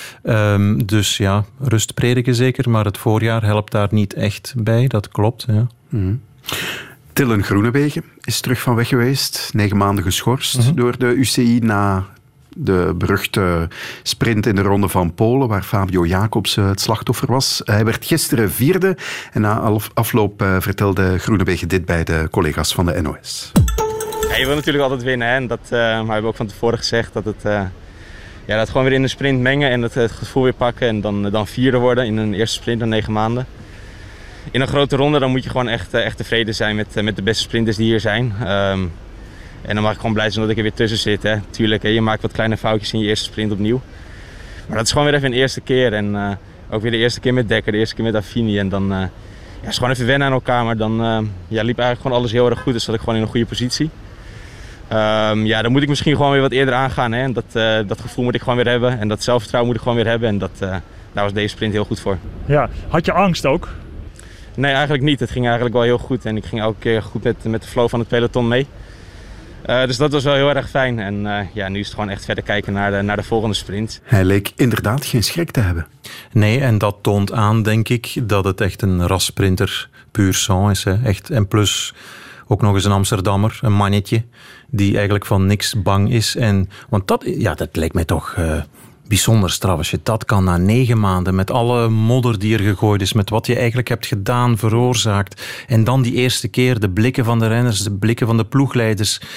Um, dus ja, rust prediken zeker, maar het voorjaar helpt daar niet echt bij. Dat klopt, ja. Mm-hmm. Dylan Groenewegen is terug van weg geweest. Negen maanden geschorst mm-hmm. door de U C I na de beruchte sprint in de Ronde van Polen, waar Fabio Jacobs het slachtoffer was. Hij werd gisteren vierde en na afloop uh, vertelde Groenewegen dit bij de collega's van de N O S. Ja, je wil natuurlijk altijd winnen, hè? En dat, uh, maar we hebben ook van tevoren gezegd dat het... Uh... Ja, dat gewoon weer in de sprint mengen en het, het gevoel weer pakken en dan, dan vierde worden in een eerste sprint na negen maanden. In een grote ronde dan moet je gewoon echt, echt tevreden zijn met, met de beste sprinters die hier zijn. Um, en dan mag ik gewoon blij zijn dat ik er weer tussen zit. Hè. Tuurlijk, hè, je maakt wat kleine foutjes in je eerste sprint opnieuw. Maar dat is gewoon weer even een eerste keer. En uh, ook weer de eerste keer met Dekker, de eerste keer met Affini. En dan uh, ja, is gewoon even wennen aan elkaar, maar dan uh, ja, liep eigenlijk gewoon alles heel erg goed. Dus zat ik gewoon in een goede positie. Um, ja, dan moet ik misschien gewoon weer wat eerder aangaan. Hè. Dat, uh, dat gevoel moet ik gewoon weer hebben. En dat zelfvertrouwen moet ik gewoon weer hebben. En dat, uh, daar was deze sprint heel goed voor. Ja, had je angst ook? Nee, eigenlijk niet. Het ging eigenlijk wel heel goed. En ik ging elke keer goed met, met de flow van het peloton mee. Uh, dus dat was wel heel erg fijn. En uh, ja, nu is het gewoon echt verder kijken naar de, naar de volgende sprint. Hij leek inderdaad geen schrik te hebben. Nee, en dat toont aan, denk ik, dat het echt een rassprinter puur sang is. Hè. Echt, en plus... Ook nog eens een Amsterdammer, een mannetje, die eigenlijk van niks bang is. En, want dat, ja, dat lijkt mij toch uh, bijzonder straf. Als je dat kan na negen maanden, met alle modder die er gegooid is, met wat je eigenlijk hebt gedaan, veroorzaakt. En dan die eerste keer de blikken van de renners, de blikken van de ploegleiders.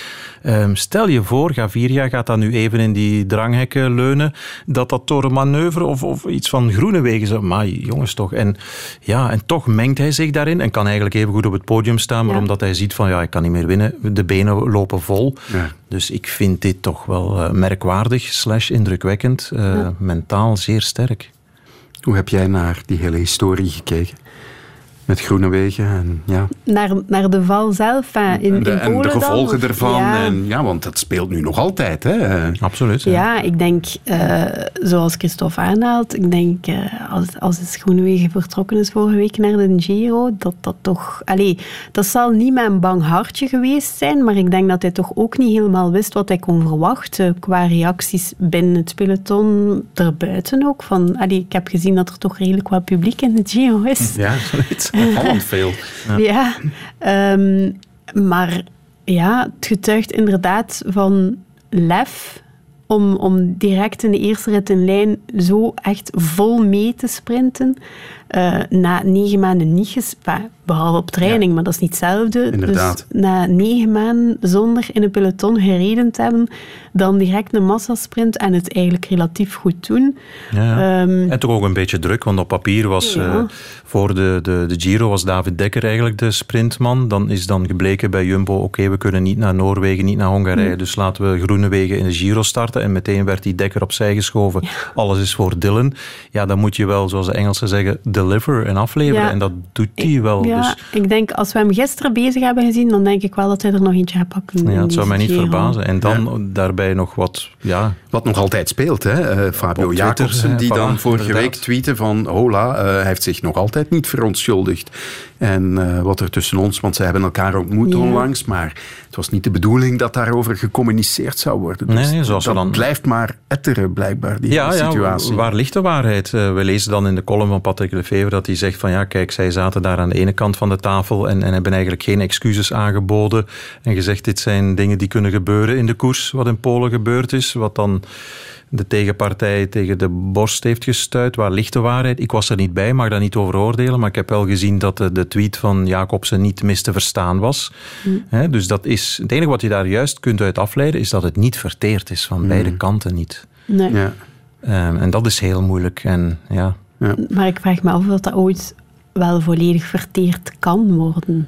Um, stel je voor, Gaviria gaat dan nu even in die dranghekken leunen, dat dat door een manoeuvre of, of iets van Groenewegen zou... Maar jongens toch. En, ja, en toch mengt hij zich daarin en kan eigenlijk even goed op het podium staan, maar ja. omdat hij ziet van ja, ik kan niet meer winnen, de benen lopen vol. Ja. Dus ik vind dit toch wel uh, merkwaardig slash indrukwekkend. Uh, ja. Mentaal zeer sterk. Hoe heb jij naar die hele historie gekeken? Met Groenewegen en ja... Naar, naar de val zelf, in, in de, Polen En de gevolgen dan, ervan. Ja. En, ja, want dat speelt nu nog altijd. Hè? Absoluut. Ja, ja ik denk, uh, zoals Christophe aanhaalt, ik denk, uh, als, als Groenewegen vertrokken is vorige week naar de Giro, dat dat toch... Allee, dat zal niet mijn bang hartje geweest zijn, maar ik denk dat hij toch ook niet helemaal wist wat hij kon verwachten qua reacties binnen het peloton, erbuiten ook. Van, allee, ik heb gezien dat er toch redelijk wat publiek in de Giro is. Ja, zoiets. Vallend veel. Ja, ja um, maar ja, het getuigt inderdaad van lef om, om direct in de eerste rit in lijn zo echt vol mee te sprinten. Uh, na negen maanden niet gespeeld, behalve op training, ja. maar dat is niet hetzelfde. Inderdaad. Dus na negen maanden zonder in een peloton gereden te hebben, dan direct een massasprint en het eigenlijk relatief goed doen. Ja. Um, en toch ook een beetje druk, want op papier was ja. uh, voor de, de, de Giro was David Dekker eigenlijk de sprintman. Dan is dan gebleken bij Jumbo, oké, okay, we kunnen niet naar Noorwegen, niet naar Hongarije, ja. dus laten we Groenewegen in de Giro starten. En meteen werd die Dekker opzij geschoven. Ja. Alles is voor Dylan. Ja, dan moet je wel, zoals de Engelsen zeggen, deliver en afleveren. Ja. En dat doet hij wel. Ja, dus. Ik denk, als we hem gisteren bezig hebben gezien, dan denk ik wel dat hij er nog eentje gaat pakken. Ja, het zou mij niet Giro. verbazen. En dan ja. daarbij nog wat... Ja. Wat nog altijd speelt, hè? Uh, Fabio Jacobsen, die dan vorige inderdaad. week tweette van hola, uh, hij heeft zich nog altijd niet verontschuldigd. En uh, wat er tussen ons, want ze hebben elkaar ontmoet ja. onlangs, maar het was niet de bedoeling dat daarover gecommuniceerd zou worden. Dus nee, zoals dat dan... blijft maar etteren, blijkbaar, die ja, situatie. Ja, waar ligt de waarheid? Uh, we lezen dan in de column van Patrick Lefevre dat hij zegt van ja, kijk, zij zaten daar aan de ene kant van de tafel en, en hebben eigenlijk geen excuses aangeboden en gezegd, dit zijn dingen die kunnen gebeuren in de koers, wat in Polen gebeurd is, wat dan de tegenpartij tegen de borst heeft gestuit. Waar ligt de waarheid? Ik was er niet bij, mag daar niet over oordelen, maar ik heb wel gezien dat de, de tweet van Jacobsen niet mis te verstaan was. Mm. He, dus dat is, het enige wat je daar juist kunt uit afleiden, is dat het niet verteerd is, van mm. beide kanten niet. Nee. Ja. Um, en dat is heel moeilijk. En, ja. Ja. Maar ik vraag me af of dat ooit wel volledig verteerd kan worden.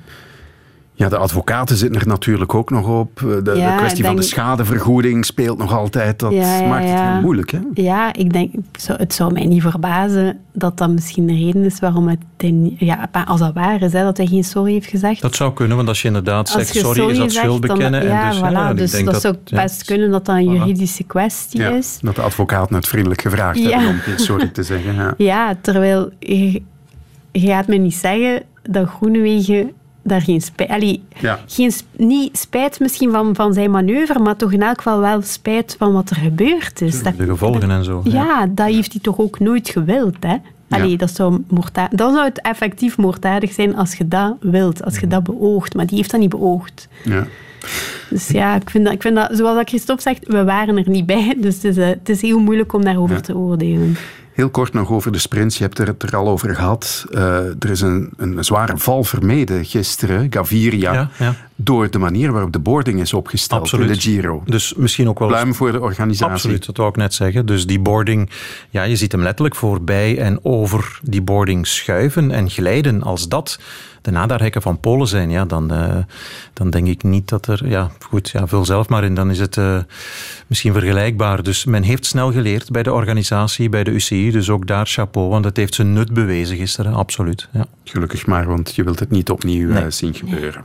Ja, de advocaten zitten er natuurlijk ook nog op. De, ja, de kwestie van de schadevergoeding speelt nog altijd. Dat ja, ja, maakt het ja. heel moeilijk, hè? Ja, ik denk, het zou mij niet verbazen dat dat misschien de reden is waarom het... Ja, als dat waar is, hè, dat hij geen sorry heeft gezegd. Dat zou kunnen, want als je inderdaad zegt sorry, sorry is dat schuld bekennen. Dan, ja, en dus, voilà, ja, dus ik denk dat, dat zou ja, best kunnen dat dat een juridische voilà. kwestie ja, is. Dat de advocaten het vriendelijk gevraagd ja. hebben om sorry te zeggen. Ja, ja terwijl je, je gaat me niet zeggen dat Groenewegen... daar geen spijt... Allee, ja. geen, niet spijt misschien van, van zijn manoeuvre, maar toch in elk geval wel spijt van wat er gebeurd is. De, de gevolgen en zo. Ja, ja, dat heeft hij toch ook nooit gewild, hè? Allee, ja. dat zou moorddadig, dan zou het effectief moorddadig zijn als je dat wilt, als je dat beoogt. Maar die heeft dat niet beoogd. Ja. Dus ja, ik vind, dat, ik vind dat, zoals Christophe zegt, we waren er niet bij. Dus het is, uh, het is heel moeilijk om daarover ja. te oordelen. Heel kort nog over de sprints. Je hebt er het er al over gehad. Uh, er is een, een zware val vermeden gisteren, Gaviria, ja, ja. door de manier waarop de boarding is opgesteld Absoluut. in de Giro. Dus misschien ook wel... Pluim voor de organisatie. Absoluut, dat wou ik net zeggen. Dus die boarding, ja, je ziet hem letterlijk voorbij en over die boarding schuiven en glijden. Als dat de nadarhekken van Polen zijn, ja, dan, uh, dan denk ik niet dat er... Ja, goed, ja, vul zelf maar in, dan is het uh, misschien vergelijkbaar. Dus men heeft snel geleerd bij de organisatie, bij de U C I, dus ook daar chapeau, want het heeft zijn nut bewezen gisteren, absoluut. Ja. Gelukkig maar, want je wilt het niet opnieuw nee. uh, zien gebeuren.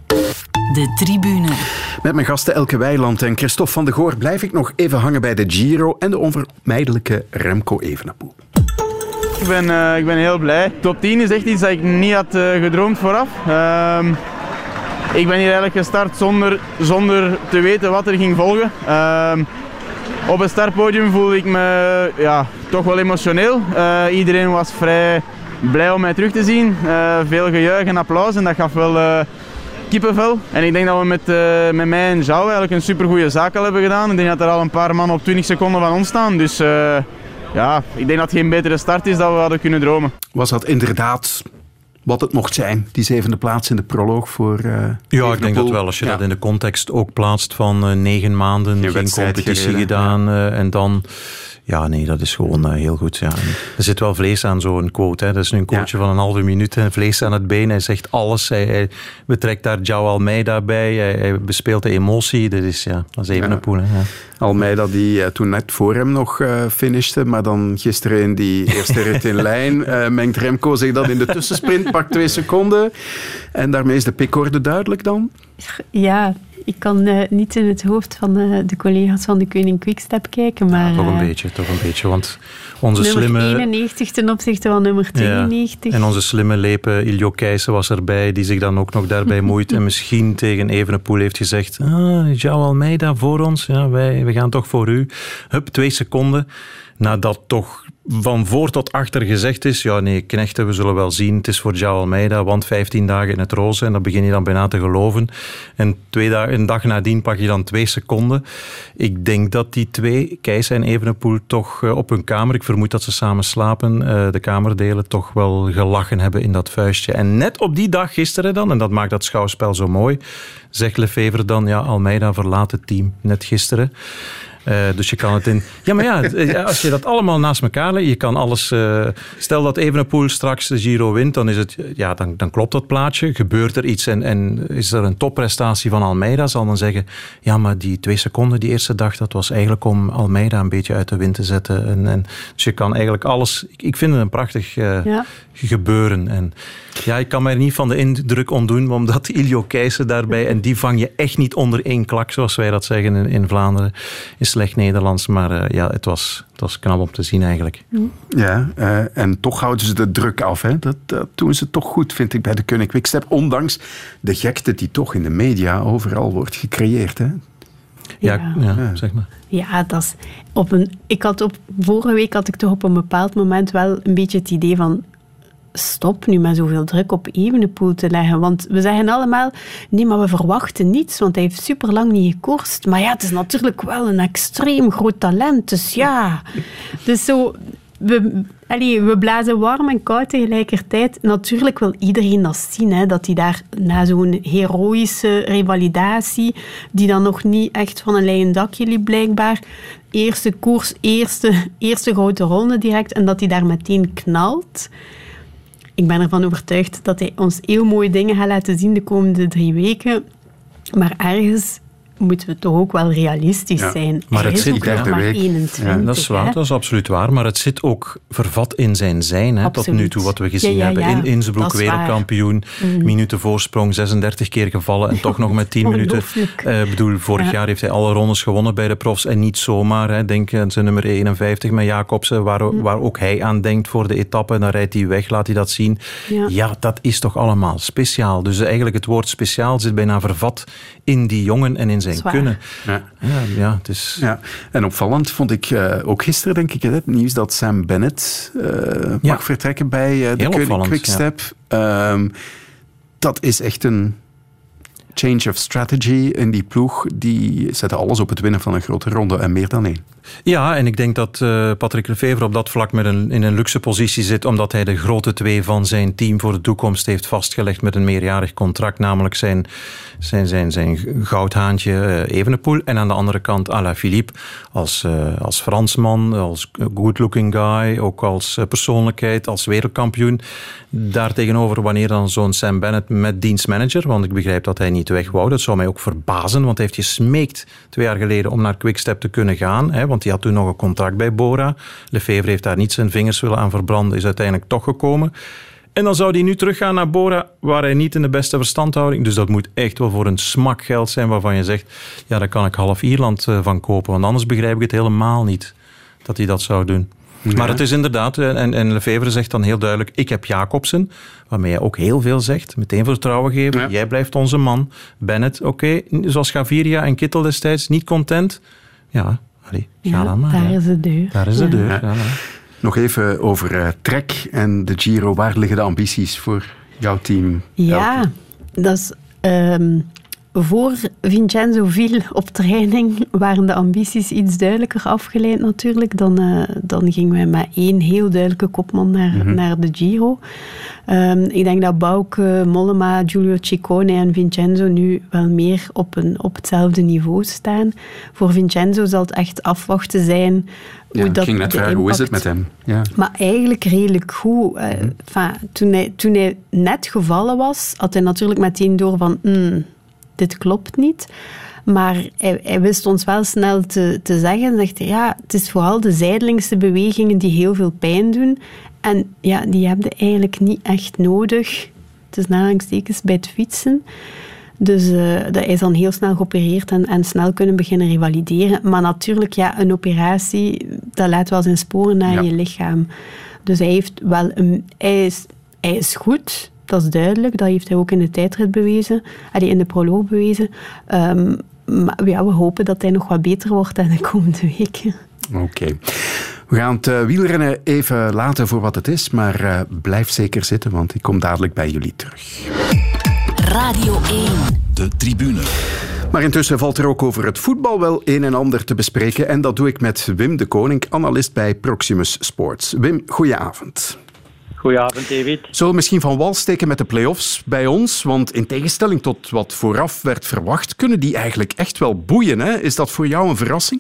De tribune. Met mijn gasten Elke Wijland en Christophe van de Goor blijf ik nog even hangen bij de Giro en de onvermijdelijke Remco Evenepoel. Ik ben, uh, ik ben heel blij. Top tien is echt iets dat ik niet had uh, gedroomd vooraf. Uh, ik ben hier eigenlijk gestart zonder, zonder te weten wat er ging volgen. Uh, op het startpodium voelde ik me ja, toch wel emotioneel. Uh, iedereen was vrij blij om mij terug te zien. Uh, veel gejuich en applaus en dat gaf wel uh, kippenvel. En ik denk dat we met, uh, met mij en João eigenlijk een supergoeie zaak al hebben gedaan. Ik denk dat er al een paar man op twintig seconden van ons staan. Dus... Uh, Ja, ik denk dat het geen betere start is dan we hadden kunnen dromen. Was dat inderdaad wat het mocht zijn, die zevende plaats in de proloog voor uh, Ja, Evenepoel. Ik denk dat wel, als je ja. dat in de context ook plaatst van uh, negen maanden, Geen geen competitie gereden, gedaan ja. uh, en dan... Ja, nee, dat is gewoon uh, heel goed. Ja. Er zit wel vlees aan zo'n quote. Hè. Dat is nu een quoteje ja. van een halve minuut. Hè. Vlees aan het been. Hij zegt alles. Hij, hij betrekt daar João Almeida bij. Hij, hij bespeelt de emotie. Dat is, ja, dat is Evenepoel. Ja. Ja. Almeida die uh, toen net voor hem nog uh, finishte, maar dan gisteren in die eerste rit in lijn uh, mengt Remco zich dat in de tussensprint, pakt twee seconden. En daarmee is de pickorde duidelijk dan? Ja, ik kan uh, niet in het hoofd van uh, de collega's van de Koning Quickstep kijken, maar... Ja, toch een uh, beetje, toch een beetje, want onze nummer slimme... eenennegentig ten opzichte van nummer tweeënnegentig. Ja, en onze slimme lepe Iljo Keijsen was erbij, die zich dan ook nog daarbij moeit en misschien tegen Evenepoel heeft gezegd, ah, João Almeida voor ons, ja, wij, we gaan toch voor u. Hup, twee seconden, nadat toch van voor tot achter gezegd is, ja nee, knechten, we zullen wel zien, het is voor João Almeida, want vijftien dagen in het roze, en dat begin je dan bijna te geloven. En twee dagen, een dag nadien pak je dan twee seconden. Ik denk dat die twee, Keijsen en Evenepoel, toch op hun kamer, ik vermoed dat ze samen slapen, de kamer delen, toch wel gelachen hebben in dat vuistje. En net op die dag gisteren dan, en dat maakt dat schouwspel zo mooi, zegt Lefevre dan, ja, Almeida verlaat het team, net gisteren. Uh, dus je kan het in... Ja, maar ja, als je dat allemaal naast elkaar legt, je kan alles... Uh, stel dat Evenepoel straks de Giro wint, dan, is het, ja, dan, dan klopt dat plaatje. Gebeurt er iets en, en is er een topprestatie van Almeida, zal dan zeggen, ja, maar die twee seconden die eerste dag, dat was eigenlijk om Almeida een beetje uit de wind te zetten. En, en, dus je kan eigenlijk alles... Ik, ik vind het een prachtig uh, ja. gebeuren. En ja, ik kan mij er niet van de indruk ontdoen, omdat Iljo Keijsen daarbij, en die vang je echt niet onder één klak, zoals wij dat zeggen in, in Vlaanderen, is slecht Nederlands, maar uh, ja, het was, het was knap om te zien eigenlijk. Ja, uh, en toch houden ze de druk af. Hè? Dat, dat doen ze toch goed, vind ik, bij de Koning Quickstep, ondanks de gekte die toch in de media overal wordt gecreëerd. Hè? Ja, ja, ja, ja, zeg maar. Ja, dat is op een... Ik had op... Vorige week had ik toch op een bepaald moment wel een beetje het idee van stop nu met zoveel druk op Evenepoel te leggen. Want we zeggen allemaal, nee, maar we verwachten niets, want hij heeft superlang niet gekoerst. Maar ja, het is natuurlijk wel een extreem groot talent, dus ja. Dus zo... We, allee, we blazen warm en koud tegelijkertijd. Natuurlijk wil iedereen dat zien, hè, dat hij daar na zo'n heroïsche revalidatie, die dan nog niet echt van een leien dakje liep blijkbaar, eerste koers, eerste, eerste grote ronde direct, en dat hij daar meteen knalt. Ik ben ervan overtuigd dat hij ons heel mooie dingen gaat laten zien de komende drie weken. Maar ergens moeten we toch ook wel realistisch ja. zijn. Maar hij het is zit ook nog maar eenentwintig. Ja, dat is waar, hè? dat is absoluut waar. Maar het zit ook vervat in zijn zijn. Hè, tot nu toe, wat we gezien ja, ja, ja. hebben. In Innsbruck, wereldkampioen, mm. minuten voorsprong, zesendertig keer gevallen en toch nog met tien minuten. Ik uh, bedoel, vorig ja. jaar heeft hij alle rondes gewonnen bij de profs en niet zomaar. Hè. Denk aan zijn nummer eenenvijftig met Jacobsen, waar, mm. waar ook hij aan denkt voor de etappe. Dan rijdt hij weg, laat hij dat zien. Ja. ja, dat is toch allemaal speciaal. Dus eigenlijk het woord speciaal zit bijna vervat in die jongen en in zijn kunnen. Ja. Ja, ja, het is... ja. En opvallend vond ik uh, ook gisteren, denk ik, het nieuws dat Sam Bennett uh, mag ja. vertrekken bij uh, de Koning Quickstep. Ja. Um, dat is echt een change of strategy in die ploeg. Die zetten alles op het winnen van een grote ronde en meer dan één. Ja, en ik denk dat uh, Patrick Lefevre op dat vlak met een, in een luxe positie zit, omdat hij de grote twee van zijn team voor de toekomst heeft vastgelegd met een meerjarig contract, namelijk zijn, zijn, zijn, zijn goudhaantje uh, Evenepoel en aan de andere kant Alaphilippe als, uh, als Fransman, als good-looking guy, ook als uh, persoonlijkheid, als wereldkampioen. Daartegenover wanneer dan zo'n Sam Bennett met dienstmanager, want ik begrijp dat hij niet weg wou, dat zou mij ook verbazen, want hij heeft gesmeekt twee jaar geleden om naar Quickstep te kunnen gaan, hè, want hij had toen nog een contract bij Bora. Lefevre heeft daar niet zijn vingers willen aan verbranden, is uiteindelijk toch gekomen. En dan zou hij nu teruggaan naar Bora, waar hij niet in de beste verstandhouding... Dus dat moet echt wel voor een smak geld zijn waarvan je zegt, ja, daar kan ik half Ierland van kopen, want anders begrijp ik het helemaal niet dat hij dat zou doen. Ja. Maar het is inderdaad, en, en Lefevre zegt dan heel duidelijk, ik heb Jacobsen, waarmee hij ook heel veel zegt, meteen vertrouwen geven, ja. Jij blijft onze man. Bennett, oké, okay, zoals Gaviria en Kittel destijds, niet content. Ja, allee, ga ja, dan maar. Daar ja. is de deur. Daar is de ja. deur, ja. ja. Nog even over uh, Trek en de Giro. Waar liggen de ambities voor jouw team? Ja, Elke? dat is... Um, voor Vincenzo viel op training waren de ambities iets duidelijker afgeleid natuurlijk. Dan, uh, dan gingen wij met één heel duidelijke kopman naar, mm-hmm. naar de Giro. Um, ik denk dat Bauke, Mollema, Giulio Ciccone en Vincenzo nu wel meer op, een, op hetzelfde niveau staan. Voor Vincenzo zal het echt afwachten zijn. Ja, hoe ik dat ging net vragen, hoe is het met hem? Ja. Maar eigenlijk redelijk goed. Uh, mm-hmm. enfin, toen, hij, toen hij net gevallen was, had hij natuurlijk meteen door van... Mm, dit klopt niet. Maar hij, hij wist ons wel snel te, te zeggen. Zegt hij, ja, het is vooral de zijdelingse bewegingen die heel veel pijn doen. En ja, die heb je eigenlijk niet echt nodig. Het is aanhalingstekens bij het fietsen. Dus uh, dat is dan heel snel geopereerd en, en snel kunnen beginnen revalideren. Maar natuurlijk, ja, een operatie, dat laat wel zijn sporen naar ja. je lichaam. Dus hij heeft wel een... Hij is, hij is goed... Dat is duidelijk, dat heeft hij ook in de tijdrit bewezen, in de proloog bewezen. Um, maar ja, we hopen dat hij nog wat beter wordt in de komende weken. Oké. Okay. We gaan het uh, wielrennen even laten voor wat het is, maar uh, blijf zeker zitten, want ik kom dadelijk bij jullie terug. Radio één. De tribune. Maar intussen valt er ook over het voetbal wel een en ander te bespreken. En dat doe ik met Wim de Koning, analist bij Proximus Sports. Wim, goedenavond. Goedenavond, David. Zullen we misschien van wal steken met de play-offs bij ons? Want in tegenstelling tot wat vooraf werd verwacht, kunnen die eigenlijk echt wel boeien. Hè? Is dat voor jou een verrassing?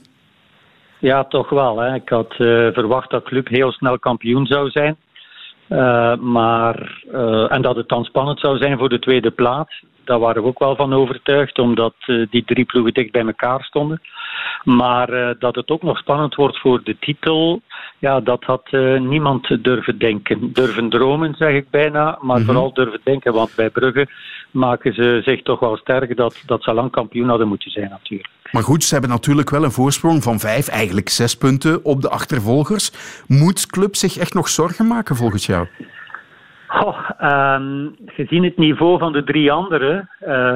Ja, toch wel. Hè. Ik had uh, verwacht dat Club heel snel kampioen zou zijn. Uh, maar, uh, en dat het dan spannend zou zijn voor de tweede plaats. Daar waren we ook wel van overtuigd, omdat uh, die drie ploegen dicht bij elkaar stonden. Maar uh, dat het ook nog spannend wordt voor de titel, ja, dat had uh, niemand durven denken. Durven dromen, zeg ik bijna, maar mm-hmm. vooral durven denken. Want bij Brugge maken ze zich toch wel sterk dat, dat ze lang kampioen hadden moeten zijn natuurlijk. Maar goed, ze hebben natuurlijk wel een voorsprong van vijf, eigenlijk zes punten op de achtervolgers. Moet Club zich echt nog zorgen maken volgens jou? Goh, um, gezien het niveau van de drie anderen, uh,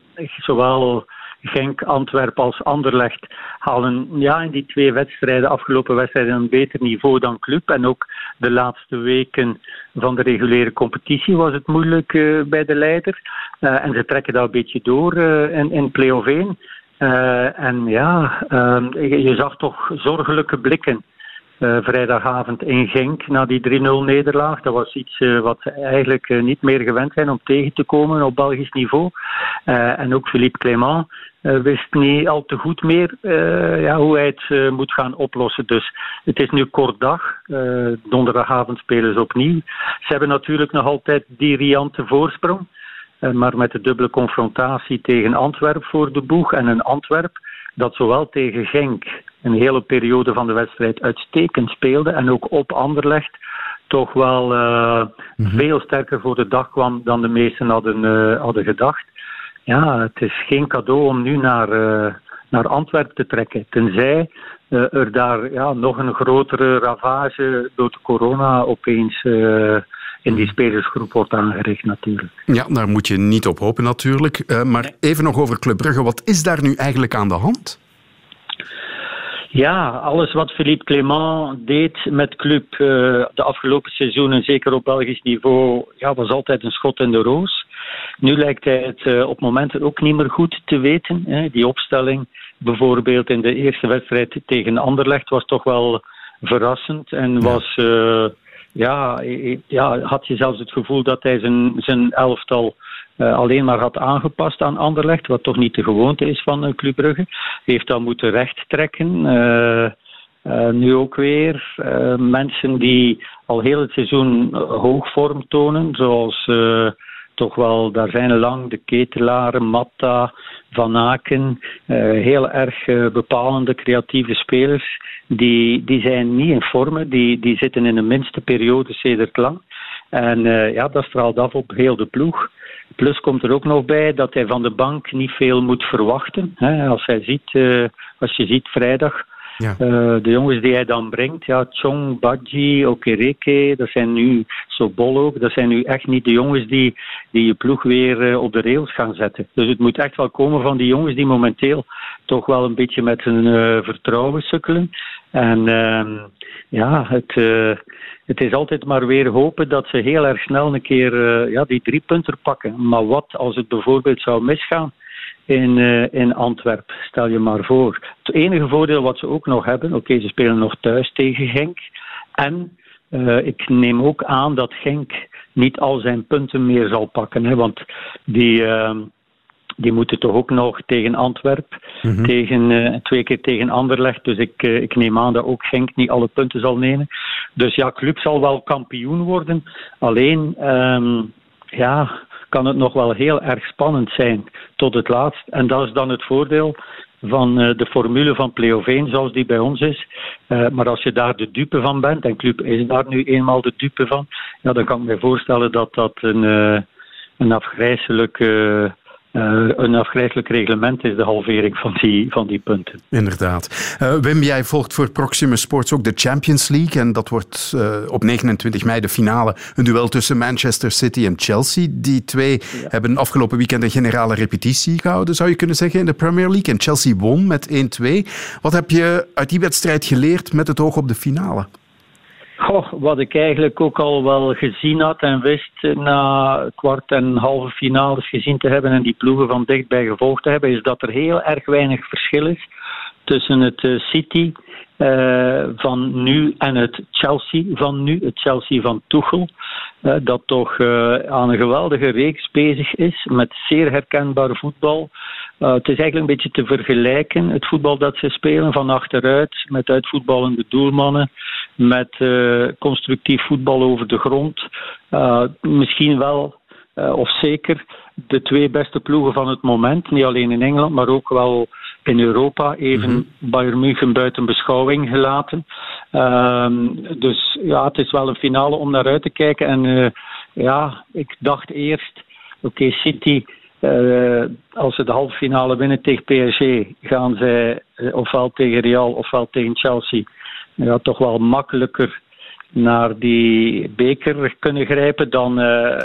zowel Genk, Antwerpen als Anderlecht, halen ja, in die twee wedstrijden, afgelopen wedstrijden, een beter niveau dan Club. En ook de laatste weken van de reguliere competitie was het moeilijk uh, bij de leider. Uh, en ze trekken dat een beetje door uh, in, in play-off één. Uh, en ja, uh, je, je zag toch zorgelijke blikken. Uh, vrijdagavond in Genk na die drie nul nederlaag. Dat was iets uh, wat ze eigenlijk uh, niet meer gewend zijn om tegen te komen op Belgisch niveau. Uh, en ook Philippe Clément uh, wist niet al te goed meer uh, ja, hoe hij het uh, moet gaan oplossen. Dus het is nu kort dag. Uh, donderdagavond spelen ze opnieuw. Ze hebben natuurlijk nog altijd die riante voorsprong. Uh, maar met de dubbele confrontatie tegen Antwerp voor de boeg en een Antwerp dat zowel tegen Genk een hele periode van de wedstrijd uitstekend speelde en ook op Anderlecht toch wel uh, mm-hmm. veel sterker voor de dag kwam dan de meesten hadden, uh, hadden gedacht. Ja, het is geen cadeau om nu naar, uh, naar Antwerpen te trekken, tenzij uh, er daar ja, nog een grotere ravage door de corona opeens uh, in die spelersgroep wordt aangericht natuurlijk. Ja, daar moet je niet op hopen natuurlijk. Uh, maar even nog over Club Brugge. Wat is daar nu eigenlijk aan de hand? Ja, alles wat Philippe Clément deed met Club uh, de afgelopen seizoenen, zeker op Belgisch niveau, ja, was altijd een schot in de roos. Nu lijkt hij het uh, op momenten ook niet meer goed te weten. Hè. Die opstelling bijvoorbeeld in de eerste wedstrijd tegen Anderlecht was toch wel verrassend en was... Uh, Ja, ja, had je zelfs het gevoel dat hij zijn, zijn elftal uh, alleen maar had aangepast aan Anderlecht, wat toch niet de gewoonte is van uh, Club Brugge. Heeft dat moeten rechttrekken. Uh, uh, nu ook weer uh, mensen die al heel het seizoen uh, hoogvorm tonen, zoals uh, toch wel, daar zijn lang de Ketelaren, Matta, Van Aken, uh, heel erg uh, bepalende creatieve spelers. Die, die zijn niet in vorm, die, die zitten in een minste periode sedert lang. En uh, ja, dat straalt af op heel de ploeg. Plus komt er ook nog bij dat hij van de bank niet veel moet verwachten. Hè. Als, hij ziet, uh, als je ziet vrijdag, ja. uh, de jongens die hij dan brengt, ja, Chong, Badji, Okereke, dat zijn nu, Sobol ook, dat zijn nu echt niet de jongens die, die je ploeg weer uh, op de rails gaan zetten. Dus het moet echt wel komen van die jongens die momenteel toch wel een beetje met hun uh, vertrouwen sukkelen. En uh, ja, het, uh, het is altijd maar weer hopen dat ze heel erg snel een keer uh, ja, die drie punten pakken. Maar wat als het bijvoorbeeld zou misgaan in, uh, in Antwerpen. Stel je maar voor. Het enige voordeel wat ze ook nog hebben, oké, okay, ze spelen nog thuis tegen Genk. En uh, ik neem ook aan dat Genk niet al zijn punten meer zal pakken. Hè, want die, uh, die moeten toch ook nog tegen Antwerpen, mm-hmm. tegen, uh, twee keer tegen Anderlecht. Dus ik, uh, ik neem aan dat ook Genk niet alle punten zal nemen. Dus ja, club zal wel kampioen worden. Alleen, um, ja, kan het nog wel heel erg spannend zijn tot het laatst. En dat is dan het voordeel van uh, de formule van play-off één zoals die bij ons is. Uh, maar als je daar de dupe van bent, en club is daar nu eenmaal de dupe van, ja, dan kan ik me voorstellen dat dat een, uh, een afgrijselijk... Uh, Uh, een afgrijselijk reglement is de halvering van die, van die punten. Inderdaad. Uh, Wim, jij volgt voor Proximus Sports ook de Champions League en dat wordt uh, op negenentwintig mei de finale. Een duel tussen Manchester City en Chelsea. Die twee ja. hebben afgelopen weekend een generale repetitie gehouden, zou je kunnen zeggen, in de Premier League. En Chelsea won met één twee. Wat heb je uit die wedstrijd geleerd met het oog op de finale? Goh, wat ik eigenlijk ook al wel gezien had en wist na kwart- en halve finales gezien te hebben en die ploegen van dichtbij gevolgd te hebben, is dat er heel erg weinig verschil is tussen het uh, City uh, van nu en het Chelsea van nu, het Chelsea van Tuchel, uh, dat toch uh, aan een geweldige reeks bezig is met zeer herkenbaar voetbal. Uh, het is eigenlijk een beetje te vergelijken, het voetbal dat ze spelen van achteruit, met uitvoetballende doelmannen, met uh, constructief voetbal over de grond. Uh, misschien wel, uh, of zeker, de twee beste ploegen van het moment. Niet alleen in Engeland, maar ook wel in Europa. Even mm-hmm. Bayern München buiten beschouwing gelaten. Uh, dus ja, het is wel een finale om naar uit te kijken. En uh, ja, ik dacht eerst, oké, okay, City... Uh, als ze de halve finale winnen tegen P S G, gaan zij uh, ofwel tegen Real ofwel tegen Chelsea ja, toch wel makkelijker naar die beker kunnen grijpen dan, uh,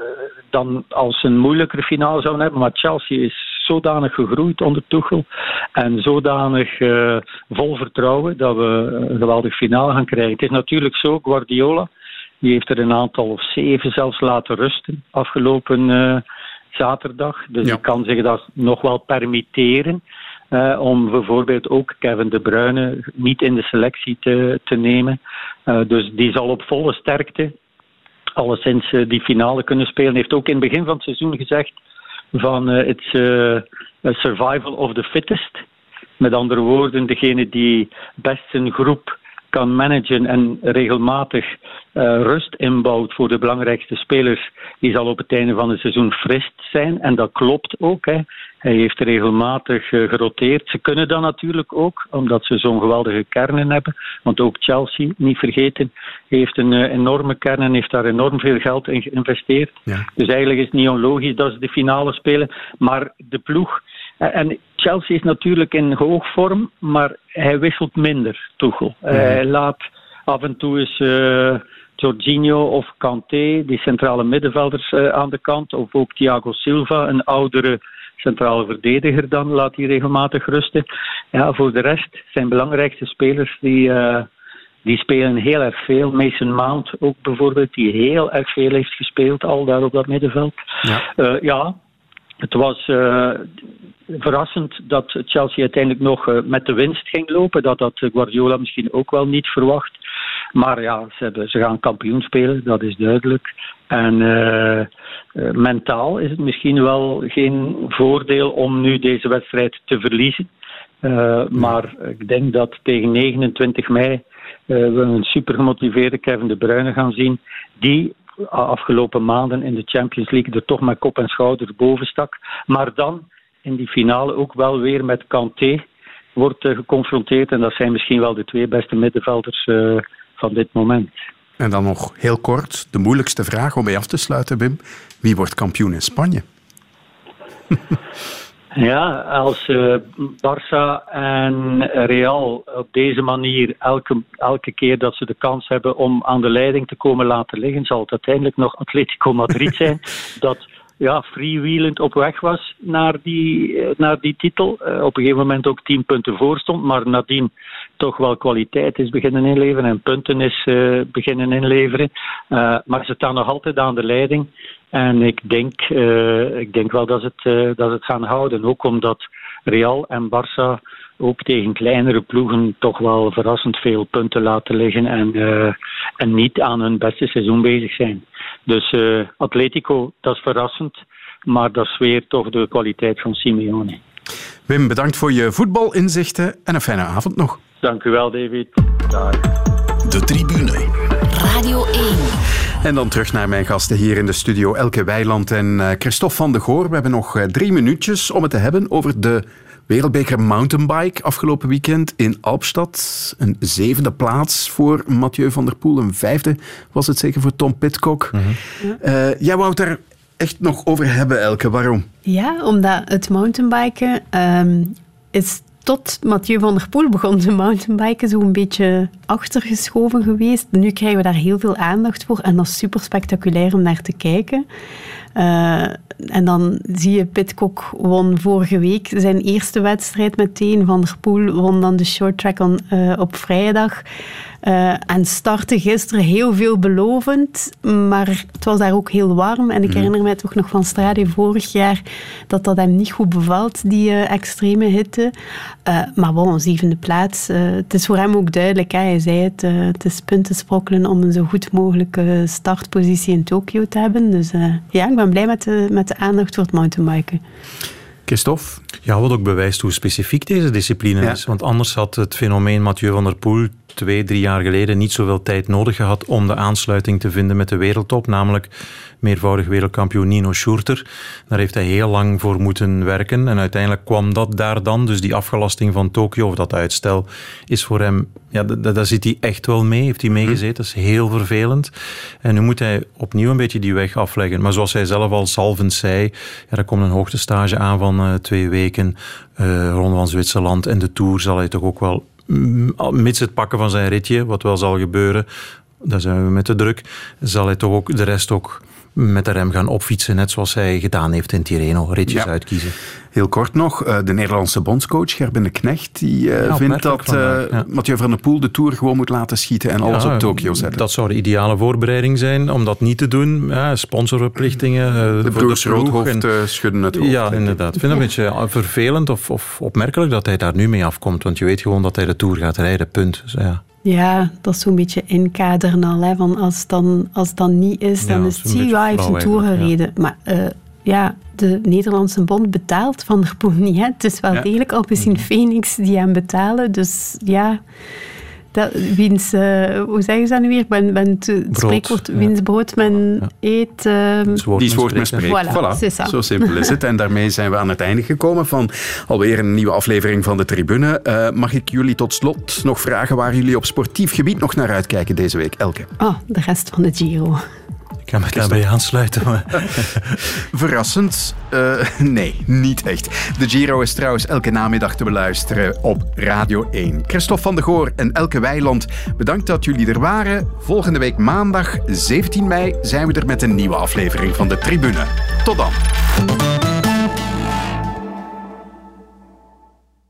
dan als ze een moeilijkere finale zouden hebben. Maar Chelsea is zodanig gegroeid onder Tuchel en zodanig uh, vol vertrouwen dat we een geweldige finale gaan krijgen. Het is natuurlijk zo, Guardiola, die heeft er een aantal of zeven zelfs laten rusten afgelopen uh, zaterdag. Dus ja. Ik kan zich dat nog wel permitteren. Uh, om bijvoorbeeld ook Kevin De Bruyne niet in de selectie te, te nemen. Uh, dus die zal op volle sterkte alleszins uh, die finale kunnen spelen. Hij heeft ook in het begin van het seizoen gezegd van uh, it's uh, a survival of the fittest. Met andere woorden, degene die best zijn groep kan managen en regelmatig uh, rust inbouwt voor de belangrijkste spelers, die zal op het einde van het seizoen fris zijn. En dat klopt ook. Hè. Hij heeft regelmatig uh, geroteerd. Ze kunnen dat natuurlijk ook, omdat ze zo'n geweldige kernen hebben. Want ook Chelsea, niet vergeten, heeft een uh, enorme kern en heeft daar enorm veel geld in geïnvesteerd. Ja. Dus eigenlijk is het niet onlogisch dat ze de finale spelen. Maar de ploeg... En Chelsea is natuurlijk in hoogvorm, maar hij wisselt minder, Tuchel. Mm-hmm. Hij laat af en toe eens uh, Jorginho of Kanté, die centrale middenvelders uh, aan de kant, of ook Thiago Silva, een oudere centrale verdediger, dan laat hij regelmatig rusten. Ja, voor de rest zijn belangrijkste spelers die, uh, die spelen heel erg veel. Mason Mount ook bijvoorbeeld, die heel erg veel heeft gespeeld al daar op dat middenveld. Ja, uh, ja het was... Uh, verrassend dat Chelsea uiteindelijk nog uh, met de winst ging lopen. Dat had Guardiola misschien ook wel niet verwacht. Maar ja, ze, hebben, ze gaan kampioen spelen, dat is duidelijk. En uh, uh, mentaal is het misschien wel geen voordeel om nu deze wedstrijd te verliezen. Uh, maar ik denk dat tegen negenentwintig mei uh, we een super gemotiveerde Kevin De Bruyne gaan zien. Die afgelopen maanden in de Champions League er toch met kop en schouders boven stak. Maar dan in die finale ook wel weer met Kanté wordt uh, geconfronteerd. En dat zijn misschien wel de twee beste middenvelders uh, van dit moment. En dan nog heel kort, de moeilijkste vraag om mee af te sluiten, Wim. Wie wordt kampioen in Spanje? Ja, als uh, Barça en Real op deze manier elke, elke keer dat ze de kans hebben om aan de leiding te komen laten liggen, zal het uiteindelijk nog Atletico Madrid zijn dat ja, freewheelend op weg was naar die, naar die titel. Uh, op een gegeven moment ook tien punten voor stond, maar nadien toch wel kwaliteit is beginnen inleveren en punten is uh, beginnen inleveren. Uh, maar ze staan nog altijd aan de leiding. En ik denk, uh, ik denk wel dat ze het, uh, dat ze het gaan houden. Ook omdat Real en Barça ook tegen kleinere ploegen toch wel verrassend veel punten laten liggen en, uh, en niet aan hun beste seizoen bezig zijn. Dus uh, Atletico, dat is verrassend, maar dat is weer toch de kwaliteit van Simeone. Wim, bedankt voor je voetbalinzichten en een fijne avond nog. Dank u wel, David. Dag. De Tribune. Radio één. En dan terug naar mijn gasten hier in de studio, Elke Wijland en Christophe van de Goor. We hebben nog drie minuutjes om het te hebben over de Wereldbeker Mountainbike afgelopen weekend in Alpstad. Een zevende plaats voor Mathieu van der Poel. Een vijfde was het zeker voor Tom Pidcock. Mm-hmm. Uh, jij wou het daar echt nog over hebben, Elke. Waarom? Ja, omdat het mountainbiken um, is tot Mathieu van der Poel begon de mountainbiken zo een beetje achtergeschoven geweest. Nu krijgen we daar heel veel aandacht voor en dat is super spectaculair om naar te kijken. Uh, en dan zie je, Pidcock won vorige week zijn eerste wedstrijd meteen. Van der Poel won dan de short track on, uh, op vrijdag. Uh, en startte gisteren heel veelbelovend, maar het was daar ook heel warm. En ik mm. herinner mij toch nog van Strade vorig jaar dat dat hem niet goed bevalt, die uh, extreme hitte. Uh, maar bon, zevende plaats. Uh, het is voor hem ook duidelijk, hè. Hij zei het, uh, het is punten sprokkelen om een zo goed mogelijke startpositie in Tokio te hebben. Dus uh, ja, ik ben blij met de, met de aandacht voor het mountainbiken. Christophe? Ja, wat ook bewijst hoe specifiek deze discipline ja. is. Want anders had het fenomeen Mathieu van der Poel twee, drie jaar geleden niet zoveel tijd nodig gehad om de aansluiting te vinden met de wereldtop, namelijk meervoudig wereldkampioen Nino Schurter. Daar heeft hij heel lang voor moeten werken en uiteindelijk kwam dat daar dan. Dus die afgelasting van Tokio, of dat uitstel, is voor hem, ja, daar zit hij echt wel mee, heeft hij meegezeten. Dat is heel vervelend. En nu moet hij opnieuw een beetje die weg afleggen. Maar zoals hij zelf al zalvend zei, ja, er komt een hoogtestage aan van uh, twee weken, uh, Ronde van Zwitserland en de Tour zal hij toch ook wel, mits het pakken van zijn ritje, wat wel zal gebeuren, daar zijn we met de druk, zal hij toch ook de rest ook met de rem gaan opfietsen, net zoals hij gedaan heeft in Tirreno, ritjes ja. uitkiezen. Heel kort nog, de Nederlandse bondscoach Gerben de Knecht, die uh, ja, vindt dat uh, ja. Mathieu van der Poel de Tour gewoon moet laten schieten en alles ja, op Tokio zetten. Dat zou de ideale voorbereiding zijn om dat niet te doen. Ja, sponsorverplichtingen. Uh, de broers Roodhoofd uh, schudden het hoofd. Ja, inderdaad. Ik vind het een beetje vervelend of, of opmerkelijk dat hij daar nu mee afkomt, want je weet gewoon dat hij de Tour gaat rijden, punt. Dus, ja. Ja, dat is zo'n beetje inkaderen al. Hè, van als, dan, als het dan niet is, dan ja, is het zie je, hij heeft een Tour gereden. Ja. Maar uh, ja, de Nederlandse bond betaalt Van der Poel niet. Hè. Het is wel ja. degelijk Alpecin Phoenix die hem betalen. Dus ja, dat, wiens, uh, hoe zeggen ze dat nu weer? Ben, ben het spreekwoord, ja. wiens brood men ja. eet. Uh, die woord men spreekt. Voilà, voilà. Zo simpel is het. En daarmee zijn we aan het einde gekomen van alweer een nieuwe aflevering van de Tribune. Uh, mag ik jullie tot slot nog vragen waar jullie op sportief gebied nog naar uitkijken deze week, Elke? Oh, de rest van de Giro. Ik kan me daarbij aansluiten. Maar... Verrassend? Uh, nee, niet echt. De Giro is trouwens elke namiddag te beluisteren op Radio één. Christophe van de Goor en Elke Wijland, bedankt dat jullie er waren. Volgende week maandag zeventien mei zijn we er met een nieuwe aflevering van de Tribune. Tot dan.